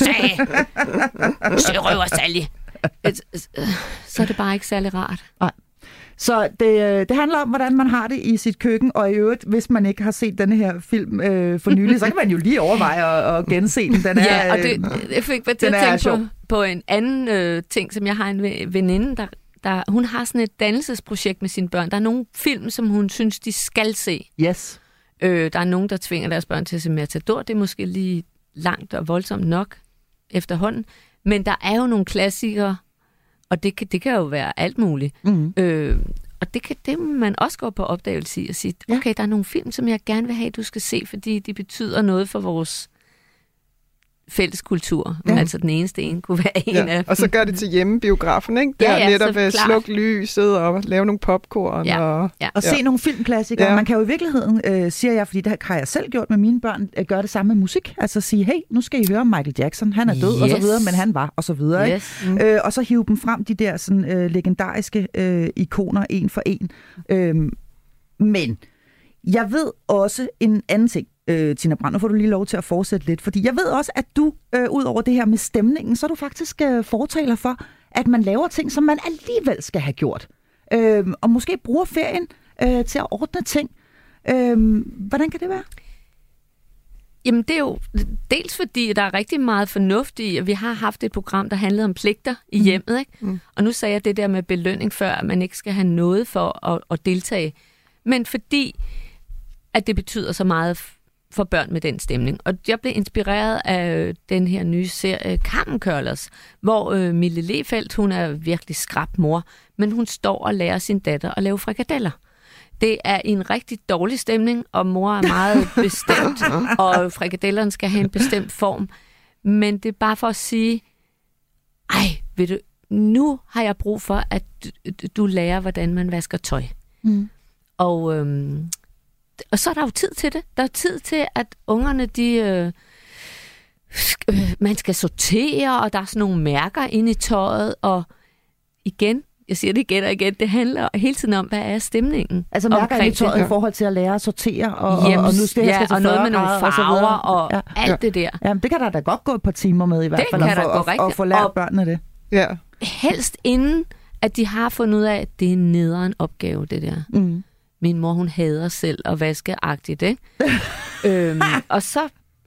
røver Sally. Så er det bare ikke særlig rart. Nej. Så det handler om, hvordan man har det i sit køkken, og i øvrigt, hvis man ikke har set denne her film for nylig, så kan man jo lige overveje at gense den. Den er, og det fik mig til at tænke på en anden ting, som jeg har en veninde, der hun har sådan et dannelsesprojekt med sine børn. Der er nogle film, som hun synes, de skal se. Yes. Der er nogen, der tvinger deres børn til at se Matador. Det er måske lige langt og voldsomt nok efterhånden. Men der er jo nogle klassikere, og det kan jo være alt muligt. Og det må man også gå på opdagelse i og sige, okay, der er nogle film, som jeg gerne vil have, du skal se, fordi de betyder noget for vores fælles kultur. Altså Den Eneste Ene kunne være en af dem. Og så gør det til hjemmebiografen, ikke? Der netop slukke lyset og lave nogle popcorn. Og se nogle filmklassikere. Man kan jo i virkeligheden, siger jeg, fordi det har jeg selv gjort med mine børn, gøre det samme med musik. Altså sige, hey, nu skal I høre om Michael Jackson. Han er død, og så videre, men han var, og så videre. Yes. Ikke? Og så hive dem frem, de der sådan, legendariske ikoner, en for en. Men jeg ved også en anden ting. Tina Brandt, nu får du lige lov til at fortsætte lidt, fordi jeg ved også, at du, ud over det her med stemningen, så er du faktisk fortaler for, at man laver ting, som man alligevel skal have gjort. Og måske bruger ferien til at ordne ting. Hvordan kan det være? Jamen, det er jo dels fordi, der er rigtig meget fornuft i, at vi har haft et program, der handlede om pligter i hjemmet, ikke? Og nu sagde jeg det der med belønning før, at man ikke skal have noget for at deltage. Men fordi, at det betyder så meget for børn med den stemning. Og jeg blev inspireret af den her nye serie Carmen Curlers, hvor Mille Lefeldt, hun er virkelig skrap mor, men hun står og lærer sin datter at lave frikadeller. Det er en rigtig dårlig stemning, og mor er meget bestemt, og frikadellerne skal have en bestemt form. Men det er bare for at sige, ved du, nu har jeg brug for, at du lærer, hvordan man vasker tøj. Mm. Og så er der jo tid til det. Der er tid til, at ungerne, man skal sortere, og der er sådan nogle mærker inde i tøjet, og igen, jeg siger det igen og igen, det handler hele tiden om, hvad er stemningen? Altså mærker inde i tøjet i forhold til at lære at sortere, og nu skal jeg til og noget med nogle farver og alt det der. Jamen, det kan der da godt gå et par timer med i hvert fald, at få lært børnene det. Ja. Helst inden, at de har fundet ud af, at det er en nederen opgave, det der. Mm. Min mor, hun hader selv at vaskeagtigt, ikke? Og så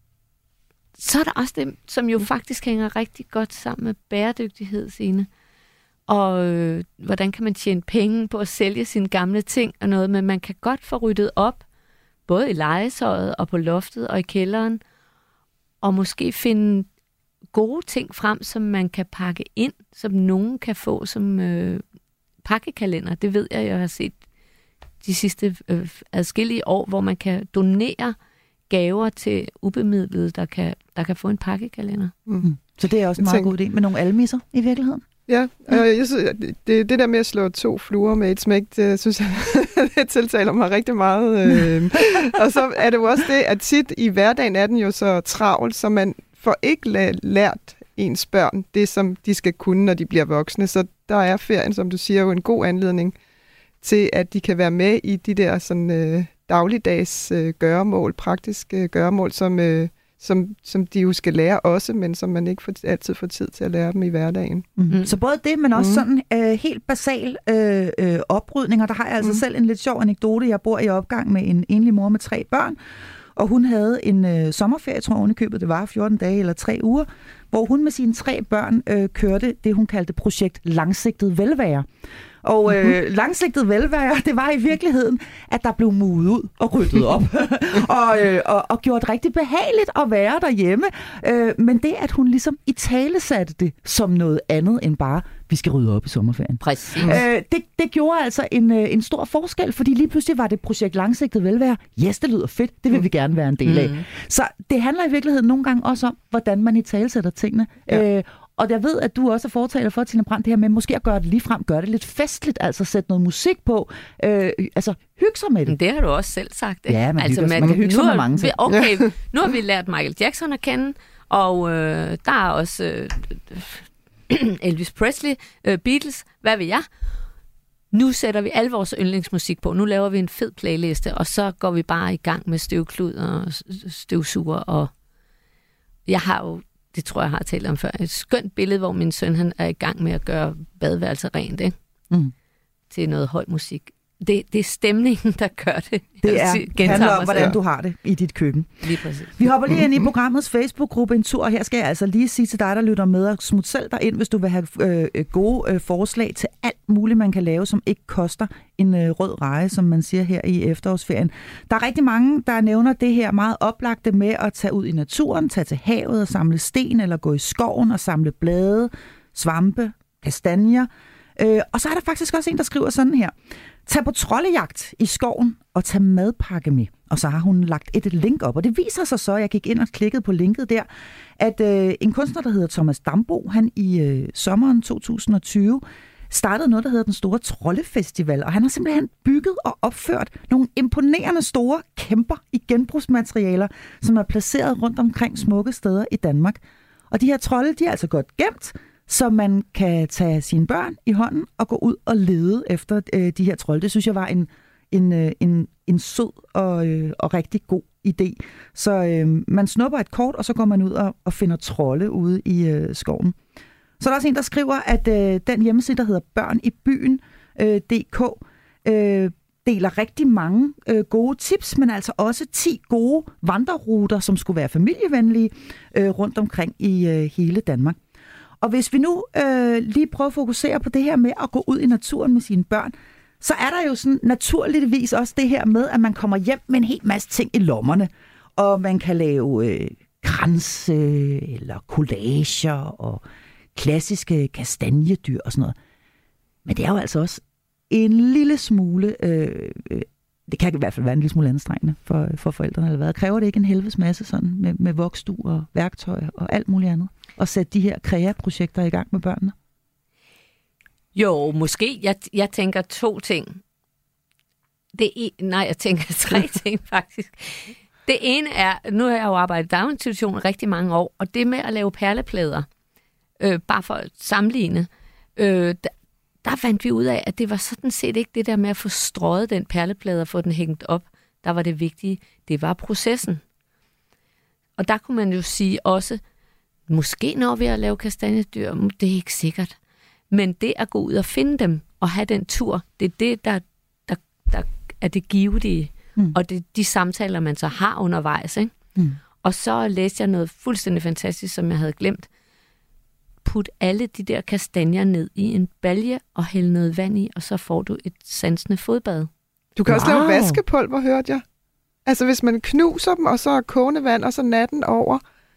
er der også det, som jo faktisk hænger rigtig godt sammen med bæredygtighed, Signe. Og hvordan kan man tjene penge på at sælge sine gamle ting og noget, men man kan godt få ryddet op, både i legetøjet og på loftet og i kælderen, og måske finde gode ting frem, som man kan pakke ind, som nogen kan få som pakkekalender. Det ved jeg har set de sidste adskillige år, hvor man kan donere gaver til ubemidlede, der kan få en pakkekalender. Mm. Så det er også en meget god idé med nogle almisser i virkeligheden. Ja, jeg synes, det der med at slå 2 fluer med et smæk, det synes jeg, det tiltaler mig rigtig meget. Og så er det jo også det, at tit i hverdagen er den jo så travlt, så man får ikke lært ens børn det, som de skal kunne, når de bliver voksne. Så der er ferien, som du siger, jo en god anledning til, at de kan være med i de der sådan, dagligdags gøremål, praktiske gøremål, som de jo skal lære også, men som man ikke altid får tid til at lære dem i hverdagen. Mm. Så både det, men også sådan helt basal oprydning, og der har jeg altså selv en lidt sjov anekdote. Jeg bor i opgang med en enlig mor med 3 børn, og hun havde en sommerferie, tror jeg, i købet, det var 14 dage eller 3 uger, hvor hun med sine 3 børn kørte det, hun kaldte projekt Langsigtet Velvære. Og langsigtet velvære, det var i virkeligheden, at der blev muget ud og ryddet op. og gjort rigtig behageligt at være derhjemme. Men det, at hun ligesom italesatte det som noget andet end bare, vi skal rydde op i sommerferien. Præcis. Det gjorde altså en stor forskel, fordi lige pludselig var det projekt Langsigtet Velvære. Yes, det lyder fedt. Det vil vi gerne være en del af. Så det handler i virkeligheden nogle gange også om, hvordan man italesætter tingene. Ja. Og jeg ved, at du også er fortaler for, Tina Brandt, det her med måske at gøre det ligefrem, gøre det lidt festligt, altså sætte noget musik på, altså hygge sig med det. Det har du også selv sagt. Ikke? Ja, man kan hygge sig med mange ting. Okay, nu har vi lært Michael Jackson at kende, og der er også Elvis Presley, Beatles, hvad ved jeg. Nu sætter vi al vores yndlingsmusik på. Nu laver vi en fed playliste, og så går vi bare i gang med støvklud og støvsuger. Og jeg har jo, det tror jeg har talt om før, et skønt billede, hvor min søn han er i gang med at gøre badeværelset rent, ikke? Mm. Til noget høj musik. Det er stemningen, der gør det. Det handler om, hvordan du har det i dit køkken. Lige præcis. Vi hopper lige ind i programmets Facebook-gruppe en tur, og her skal jeg altså lige sige til dig, der lytter med, og smut selv dig ind, hvis du vil have gode forslag til alt muligt, man kan lave, som ikke koster en rød reje, som man siger her i efterårsferien. Der er rigtig mange, der nævner det her meget oplagte med at tage ud i naturen, tage til havet og samle sten, eller gå i skoven og samle blade, svampe, kastanjer. Og så er der faktisk også en, der skriver sådan her. Tag på troldejagt i skoven og tag madpakke med. Og så har hun lagt et link op, og det viser sig så, jeg gik ind og klikkede på linket der, at en kunstner, der hedder Thomas Dambo, han i sommeren 2020 startede noget, der hedder Den Store Troldefestival, og han har simpelthen bygget og opført nogle imponerende store kæmper i genbrugsmaterialer, som er placeret rundt omkring smukke steder i Danmark. Og de her trolde, de er altså godt gemt, så man kan tage sine børn i hånden og gå ud og lede efter de her trolde. Det synes jeg var en sød og rigtig god idé. Så man snupper et kort, og så går man ud og finder trolde ude i skoven. Så er der også en, der skriver, at den hjemmeside, der hedder børnibyen.dk, deler rigtig mange gode tips, men altså også 10 gode vandreruter, som skulle være familievenlige rundt omkring i hele Danmark. Og hvis vi nu lige prøver at fokusere på det her med at gå ud i naturen med sine børn, så er der jo sådan naturligvis også det her med, at man kommer hjem med en hel masse ting i lommerne. Og man kan lave kranse eller collager og klassiske kastanjedyr og sådan noget. Men det er jo altså også en lille smule, det kan i hvert fald være en lille smule anstrengende for forældrene eller hvad. Kræver det ikke en helvedes masse sådan med vokstue og værktøj og alt muligt andet? Og sætte de her kreaprojekter i gang med børnene? Jo, måske. Jeg tænker 2 ting. Jeg tænker 3 ting faktisk. Det ene er, nu har jeg jo arbejdet i daginstitution rigtig mange år, og det med at lave perleplader, bare for at sammenligne, der fandt vi ud af, at det var sådan set ikke det der med at få strøget den perleplade og få den hængt op, der var det vigtige. Det var processen. Og der kunne man jo sige også, måske når vi at lave kastanjedyr, det er ikke sikkert. Men det at gå ud og finde dem og have den tur, det er det, der er det givetige. Og det er de samtaler, man så har undervejs. Ikke? Og så læste jeg noget fuldstændig fantastisk, som jeg havde glemt. Put alle de der kastanjer ned i en balje og hælde noget vand i, og så får du et sansende fodbad. Du kan også lave vaskepulver, hørte jeg. Altså hvis man knuser dem, og så er kogende vand, og så natten over,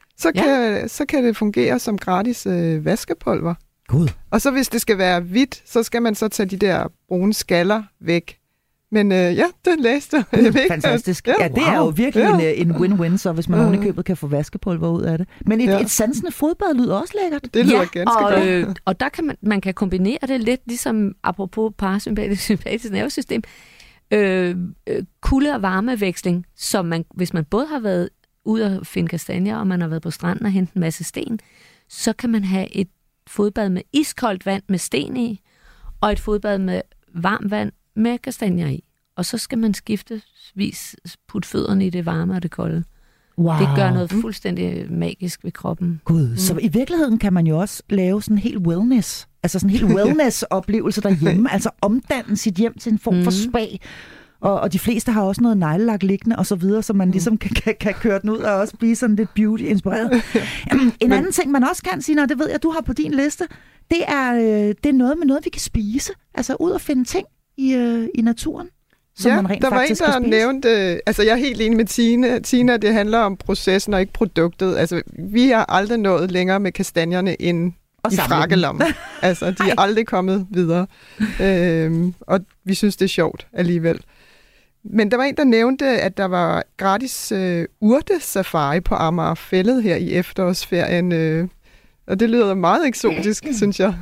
så kan det fungere som gratis vaskepulver. God. Og så hvis det skal være hvidt, så skal man så tage de der brune skaller væk. Men det læste jeg. Fantastisk. Ja, det er jo virkelig en win-win, så hvis man ovenikøbet kan få vaskepulver ud af det. Men et sansende fodbad lyder også lækkert. Det lyder ganske godt. Og der kan man kan kombinere det lidt, ligesom apropos parasympatisk nervesystem. Kulde- og varmeveksling, som man, hvis man både har været ude og finde kastanjer, og man har været på stranden og hentet en masse sten, så kan man have et fodbad med iskoldt vand med sten i, og et fodbad med varmt vand med kastanjer i. Og så skal man skiftevis putte fødderne i det varme og det kolde. Wow. Det gør noget fuldstændig magisk ved kroppen. Gud, så i virkeligheden kan man jo også lave sådan en helt wellness, altså sådan en helt wellness-oplevelse derhjemme, altså omdanne sit hjem til en form for spa. Og de fleste har også noget neglelak liggende og så videre, så man ligesom kan køre den ud og også blive sådan lidt beauty-inspireret. En anden ting, man også kan sige, og det ved jeg, du har på din liste, det er noget med noget, vi kan spise. Altså ud og finde ting i naturen, som man rent faktisk kan spise. Der var en, der nævnte, altså jeg er helt enig med Tina, det handler om processen og ikke produktet. Altså vi har aldrig nået længere med kastanjerne end i frakkelommen. Altså de er aldrig kommet videre. Og vi synes, det er sjovt alligevel. Men der var en, der nævnte, at der var gratis urtesafari på Amager Fælled her i efterårsferien. Og det lyder meget eksotisk, synes jeg.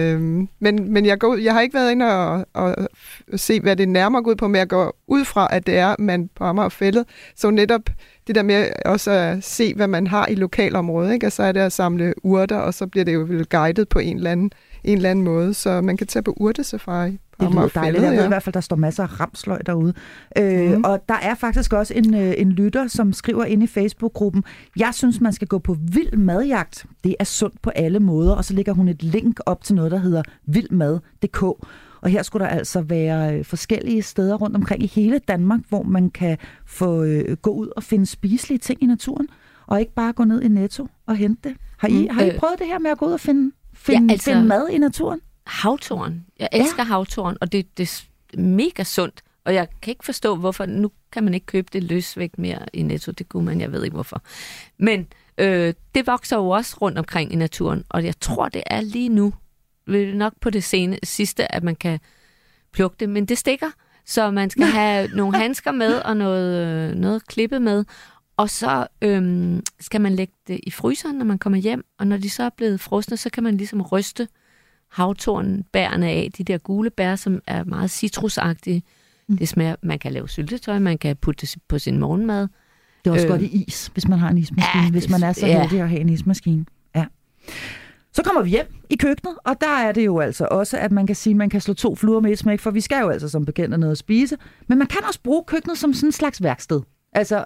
Men jeg har ikke været inde og se, hvad det nærmere går ud på, men jeg går ud fra, at det er, man på Amager Fælled, så netop det der med også at se, hvad man har i lokalområdet, ikke? Og så er det at samle urter, og så bliver det jo vel guidet på en eller anden måde, så man kan tage på urtesafari. Det lyder dejligt. Jeg ved i hvert fald, der står masser af ramsløg derude. Og der er faktisk også en lytter, som skriver inde i Facebook-gruppen, jeg synes, man skal gå på vild madjagt. Det er sundt på alle måder. Og så lægger hun et link op til noget, der hedder vildmad.dk. Og her skulle der altså være forskellige steder rundt omkring i hele Danmark, hvor man kan få gå ud og finde spiselige ting i naturen, og ikke bare gå ned i Netto og hente det. Har I prøvet det her med at gå ud og finde mad i naturen? Havtorn. Jeg elsker havtorn, og det er mega sundt. Og jeg kan ikke forstå, hvorfor. Nu kan man ikke købe det løsvægt mere i Netto. Det kunne man, jeg ved ikke hvorfor. Men det vokser jo også rundt omkring i naturen. Og jeg tror, det er lige nu, nok på det sidste, at man kan plukke det. Men det stikker, så man skal have nogle handsker med og noget klippe med. Og så skal man lægge det i fryseren, når man kommer hjem. Og når de så er blevet frosne, så kan man ligesom ryste havtornbærene af, de der gule bær, som er meget citrusagtige. Det smager, man kan lave syltetøj, man kan putte det på sin morgenmad. Det er også godt i is, hvis man har en ismaskine, hvis man er så heldig at have en ismaskine. Ja. Så kommer vi hjem i køkkenet, og der er det jo altså også, at man kan sige, at man kan slå 2 fluer med et smæk, for vi skal jo altså som bekendt noget at spise. Men man kan også bruge køkkenet som sådan en slags værksted. Altså,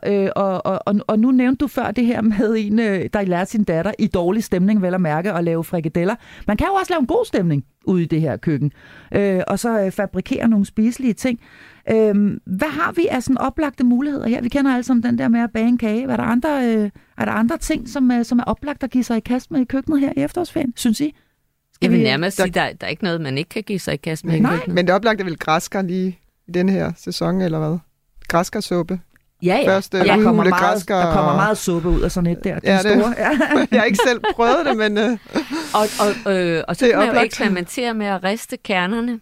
og nu nævnte du før det her med en, der lærte sin datter i dårlig stemning, vel at mærke, at lave frikadeller. Man kan jo også lave en god stemning ude i det her køkken, og så fabrikere nogle spiselige ting. Hvad har vi af sådan oplagte muligheder her? Vi kender alle sammen den der med at bage en kage. Er der andre ting, som er oplagt at give sig i kast med i køkkenet her i efterårsferien, synes I? Jeg vil nærmest sige, der er ikke noget, man ikke kan give sig i kast med i køkkenet. Men det oplagte vel græskar lige i den her sæson, eller hvad? Græskarsuppe. første der udhulegræskere. kommer meget suppe ud af sådan et der. Ja, store. Jeg har ikke selv prøvet det, men... Og så kan man jo eksperimentere med at riste kernerne.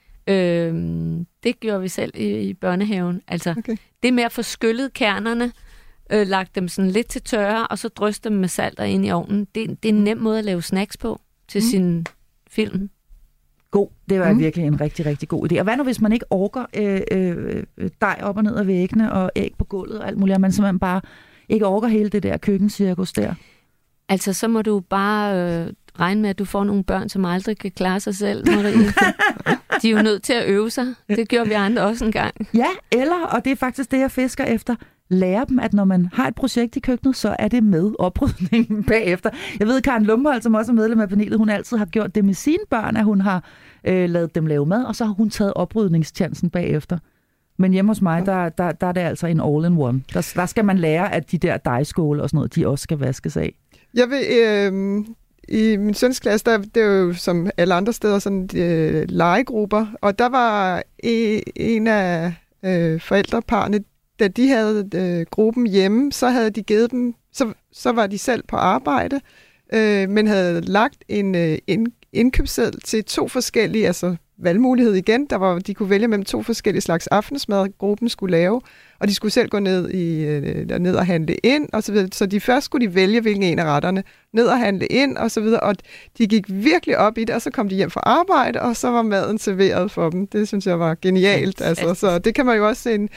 Det gjorde vi selv i børnehaven. Altså, det med at få skyllet kernerne, lagt dem sådan lidt til tørre, og så dryste dem med salt og ind i ovnen. Det er en nem måde at lave snacks på til sin film. God. Det var virkelig en rigtig, rigtig god idé. Og hvad nu, hvis man ikke orker dej op og ned af væggene og æg på gulvet og alt muligt, og man simpelthen bare ikke orker hele det der køkkencirkus der? Altså, så må du bare regne med, at du får nogle børn, som aldrig kan klare sig selv, Marie. De er jo nødt til at øve sig. Det gjorde vi andre også en gang. Ja, eller, og det er faktisk det, jeg fisker efter, lære dem, at når man har et projekt i køkkenet, så er det med oprydningen bagefter. Jeg ved, Karen Lumholdt, som også er medlem af panelet, hun altid har gjort det med sine børn, at hun har lavet dem lave mad, og så har hun taget oprydningschancen bagefter. Men hjemme hos mig, der er det altså en all-in-one. Der skal man lære, at de der dejskåle og sådan noget, de også skal vaskes af. Jeg vil... I min søns klasse, det er jo som alle andre steder sådan legegrupper, og der var en af forældreparne, da de havde gruppen hjemme, så havde de givet dem, så var de selv på arbejde, men havde lagt en indkøbsseddel til 2 forskellige, altså valgmulighed igen, de kunne vælge mellem 2 forskellige slags aftensmad, gruppen skulle lave, og de skulle selv gå ned og handle ind, og så videre. Så først skulle de vælge, hvilken en af retterne, ned og handle ind, og så videre, og de gik virkelig op i det, og så kom de hjem fra arbejde, og så var maden serveret for dem. Det synes jeg var genialt, altså. Så det kan man jo også se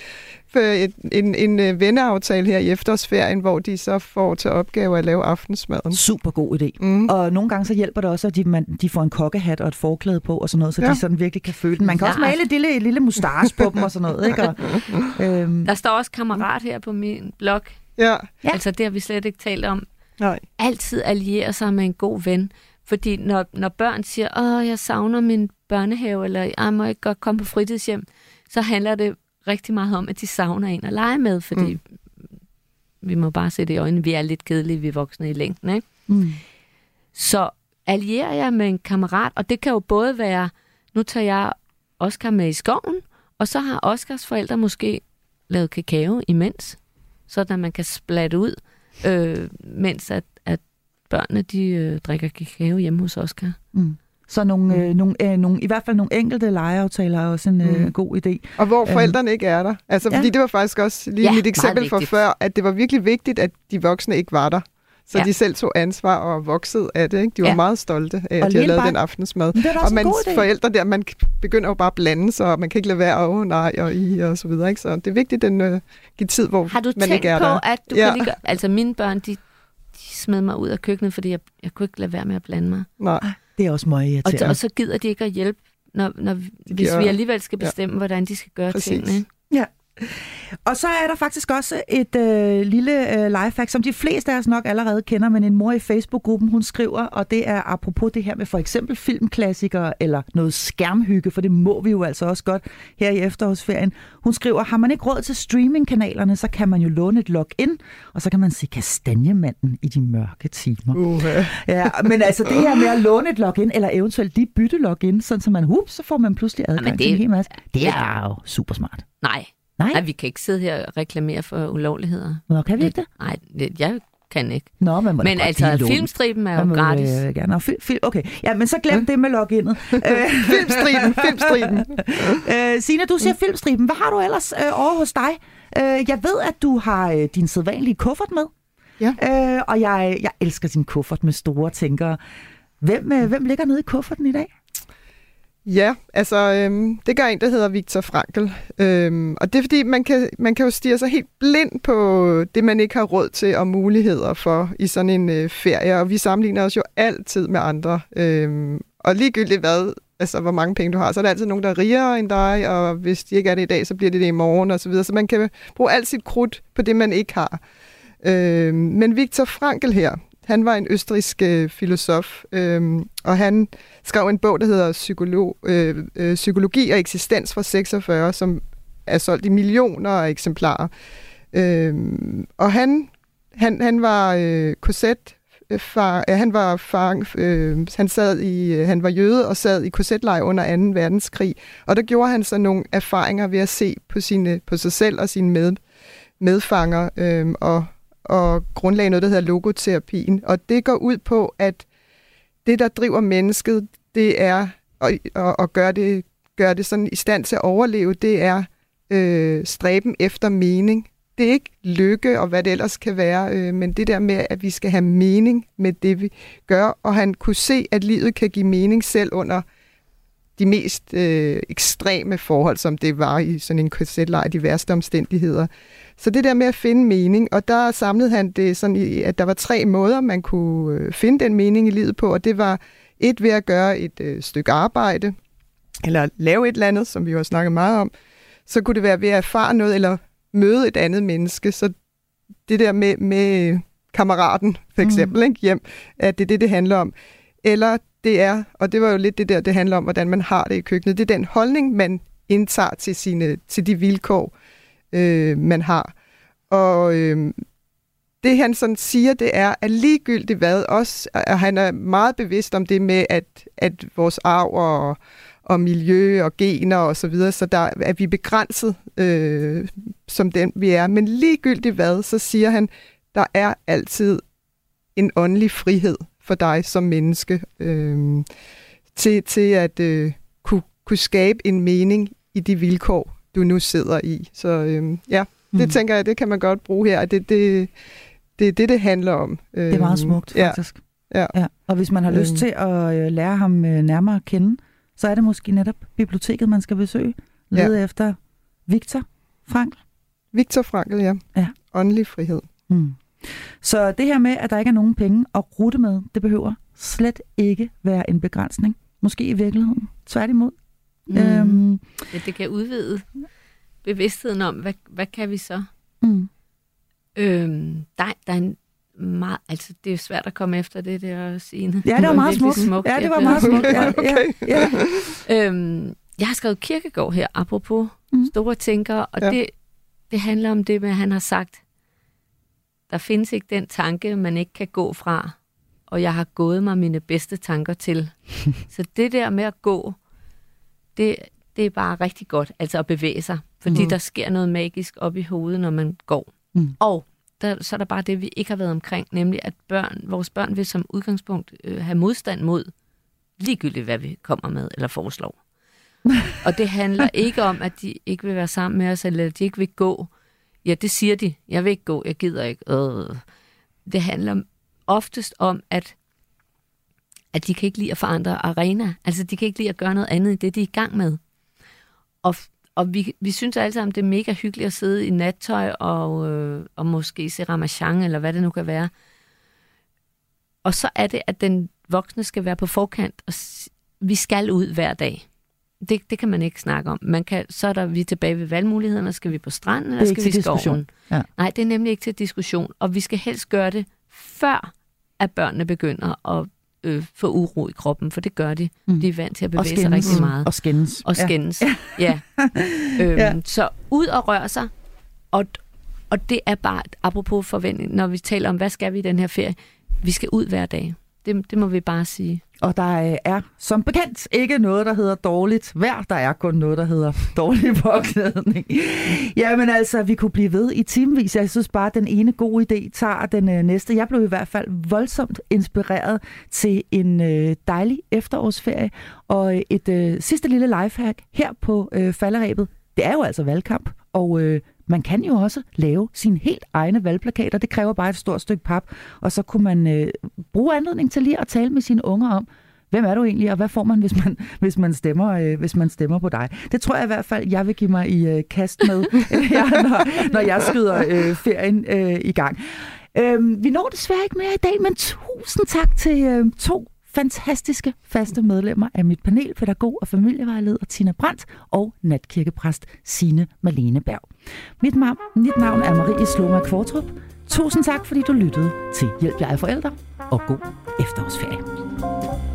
en venneaftale her i efterårsferien, hvor de så får til opgave at lave aftensmaden. Super god idé. Og nogle gange så hjælper det også, at de får en kokkehat og et forklæde på og sådan noget, så de sådan virkelig kan føle den. Man kan også male et lille mustache på dem og sådan noget, ikke? Og, der står også kammerat her på min blog. Ja. Altså det har vi slet ikke talt om. Nej. Altid alliere sig med en god ven. Fordi når børn siger, jeg savner min børnehave, eller jeg må ikke godt komme på fritidshjem, så handler det rigtig meget om, at de savner en at lege med, fordi vi må bare se det i øjnene, vi er lidt kedelige, vi er voksne i længden, ikke? Så allierer jeg med en kammerat, og det kan jo både være, nu tager jeg Oscar med i skoven, og så har Oscars forældre måske lavet kakao imens, så man kan splatte ud, mens at børnene de drikker kakao hjemme hos Oscar. Så nogle, i hvert fald nogle enkelte legeaftaler er også en god idé. Og hvor forældrene ikke er der. Altså, fordi det var faktisk også lige mit eksempel fra før, at det var virkelig vigtigt, at de voksne ikke var der. Så de selv tog ansvar og voksede af det. Ikke? De var meget stolte af, at de havde lavet den aftensmad. Og man forældre der, man begynder jo bare at blande sig, og man kan ikke lade være og så videre. Ikke? Så det er vigtigt, at give tid, hvor man ikke er der. Har du tænkt på, at du kan lige altså mine børn, de smed mig ud af køkkenet, fordi jeg kunne ikke lade være med at blande mig. Nej. Det er også meget irriterende. Og så gider de ikke at hjælpe, hvis vi alligevel skal bestemme, hvordan de skal gøre tingene. Ja. Og så er der faktisk også et lille lifehack, som de fleste af os nok allerede kender, men en mor i Facebook-gruppen, hun skriver, og det er apropos det her med for eksempel filmklassikere eller noget skærmhygge, for det må vi jo altså også godt her i efterårsferien. Hun skriver, har man ikke råd til streamingkanalerne, så kan man jo låne et login, og så kan man se Kastanjemanden i de mørke timer. Ja, men altså det her med at låne et login, eller eventuelt de bytte login, sådan så man, så får man pludselig adgang til en hel masse. Det er jo super smart. Nej, vi kan ikke sidde her og reklamere for ulovligheder. Nå, kan vi ikke det? Nej, jeg kan ikke. Nå, men altså, filmstriben er jo gratis. Gerne. Okay, ja, men så glem det med loginet. Filmstriben. Signe, du siger filmstriben. Hvad har du ellers over hos dig? Jeg ved, at du har din sædvanlige kuffert med. Ja. Og jeg elsker din kuffert med store tænkere. Hvem ligger nede i kufferten i dag? Ja, altså det gør en, der hedder Viktor Frankl. Og det er fordi, man kan jo stirre sig helt blind på det, man ikke har råd til og muligheder for i sådan en ferie. Og vi sammenligner os jo altid med andre. Og ligegyldigt hvor mange penge du har, så er der altid nogen, der er rigere end dig, og hvis de ikke er det i dag, så bliver det i morgen og så videre. Så man kan bruge alt sit krudt på det, man ikke har. Men Viktor Frankl her, han var en østrigsk filosof, og han skrev en bog, der hedder Psykologi og eksistens fra 46, som er solgt i millioner af eksemplarer. Og han var han var jøde og sad i KZ-lejr under 2. verdenskrig, og der gjorde han så nogle erfaringer ved at se på sig selv og sine medfanger og grundlagde noget, der hedder logoterapien. Og det går ud på, at det, der driver mennesket, det er at gøre det sådan i stand til at overleve, det er stræben efter mening. Det er ikke lykke og hvad det ellers kan være, men det der med, at vi skal have mening med det, vi gør. Og han kunne se, at livet kan give mening selv under de mest ekstreme forhold, som det var i sådan en korsetlejr, de værste omstændigheder. Så det der med at finde mening, og der samlede han det sådan i, at der var 3 måder, man kunne finde den mening i livet på, og det var ved at gøre et stykke arbejde, eller lave et eller andet, som vi jo har snakket meget om. Så kunne det være ved at erfare noget, eller møde et andet menneske. Så det der med kammeraten, for eksempel, ikke, hjem, at det er det handler om. Eller det er, og det var jo lidt det handler om, hvordan man har det i køkkenet. Det er den holdning, man indtager til de vilkår, man har. Og det han sådan siger, det er, at ligegyldigt hvad, også, og han er meget bevidst om det med, at vores arv og miljø og gener og så videre, så der er vi begrænset som den vi er. Men ligegyldigt hvad, så siger han, der er altid en åndelig frihed for dig som menneske til at kunne skabe en mening i de vilkår, du nu sidder i. Så det tænker jeg, det kan man godt bruge her. Det handler om. Det er meget smukt, faktisk. Ja. Og hvis man har lyst til at lære ham nærmere at kende, så er det måske netop biblioteket, man skal besøge. Lede efter Viktor Frankl. Viktor Frankl, ja. Åndelig frihed. Så det her med, at der ikke er nogen penge at rute med, det behøver slet ikke være en begrænsning. Måske i virkeligheden. Tværtimod. Det kan udvide bevidstheden om, hvad kan vi så? Der er en meget, altså det er svært at komme efter det der, Signe. Ja, det var meget smukt. Ja, det var meget smukt. Jeg har skrevet Kierkegaard her, apropos store tænkere, og det handler om det med, at han har sagt, der findes ikke den tanke, man ikke kan gå fra, og jeg har gået mig mine bedste tanker til. Så det der med at gå, det er bare rigtig godt, altså at bevæge sig, fordi der sker noget magisk op i hovedet, når man går. Og så er der bare det, vi ikke har været omkring, nemlig at vores børn vil som udgangspunkt have modstand mod ligegyldigt, hvad vi kommer med eller foreslår. Og det handler ikke om, at de ikke vil være sammen med os, eller at de ikke vil gå. Ja, det siger de. Jeg vil ikke gå, jeg gider ikke. Det handler oftest om, at de kan ikke lide at forandre arena. Altså, de kan ikke lide at gøre noget andet end det, de er i gang med. Og vi synes alle sammen, det er mega hyggeligt at sidde i nattøj og måske se Ramachan, eller hvad det nu kan være. Og så er det, at den voksne skal være på forkant, og vi skal ud hver dag. Det kan man ikke snakke om. Så er vi tilbage ved valgmulighederne. Skal vi på stranden, eller skal vi i skoven? Ja. Nej, det er nemlig ikke til diskussion. Og vi skal helst gøre det, før at børnene begynder at få uro i kroppen, for det gør de. De er vant til at bevæge sig rigtig meget. Og skændes. Ja. Så ud og røre sig. Og det er bare, apropos forventning, når vi taler om, hvad skal vi i den her ferie? Vi skal ud hver dag. Det må vi bare sige. Og der er som bekendt ikke noget, der hedder dårligt vejr. Der er kun noget, der hedder dårlig påklædning. Jamen altså, vi kunne blive ved i timevis. Jeg synes bare, at den ene gode idé tager den næste. Jeg blev i hvert fald voldsomt inspireret til en dejlig efterårsferie. Og et sidste lille lifehack her på falderebet. Det er jo altså valgkamp, og man kan jo også lave sine helt egne valgplakater. Det kræver bare et stort stykke pap. Og så kunne man bruge anledning til lige at tale med sine unger om, hvem er du egentlig, og hvad får man, hvis man stemmer på dig? Det tror jeg i hvert fald, jeg vil give mig i kast med, når jeg skyder ferien i gang. Vi når desværre ikke mere i dag, men tusind tak til 2 fantastiske faste medlemmer af mit panel, pædagog og familievejleder Tina Brandt og natkirkepræst Signe Malene Berg. Mit navn er Marie Sloma Kvartrup. Tusind tak, fordi du lyttede til Hjælp jer forældre, og god efterårsferie.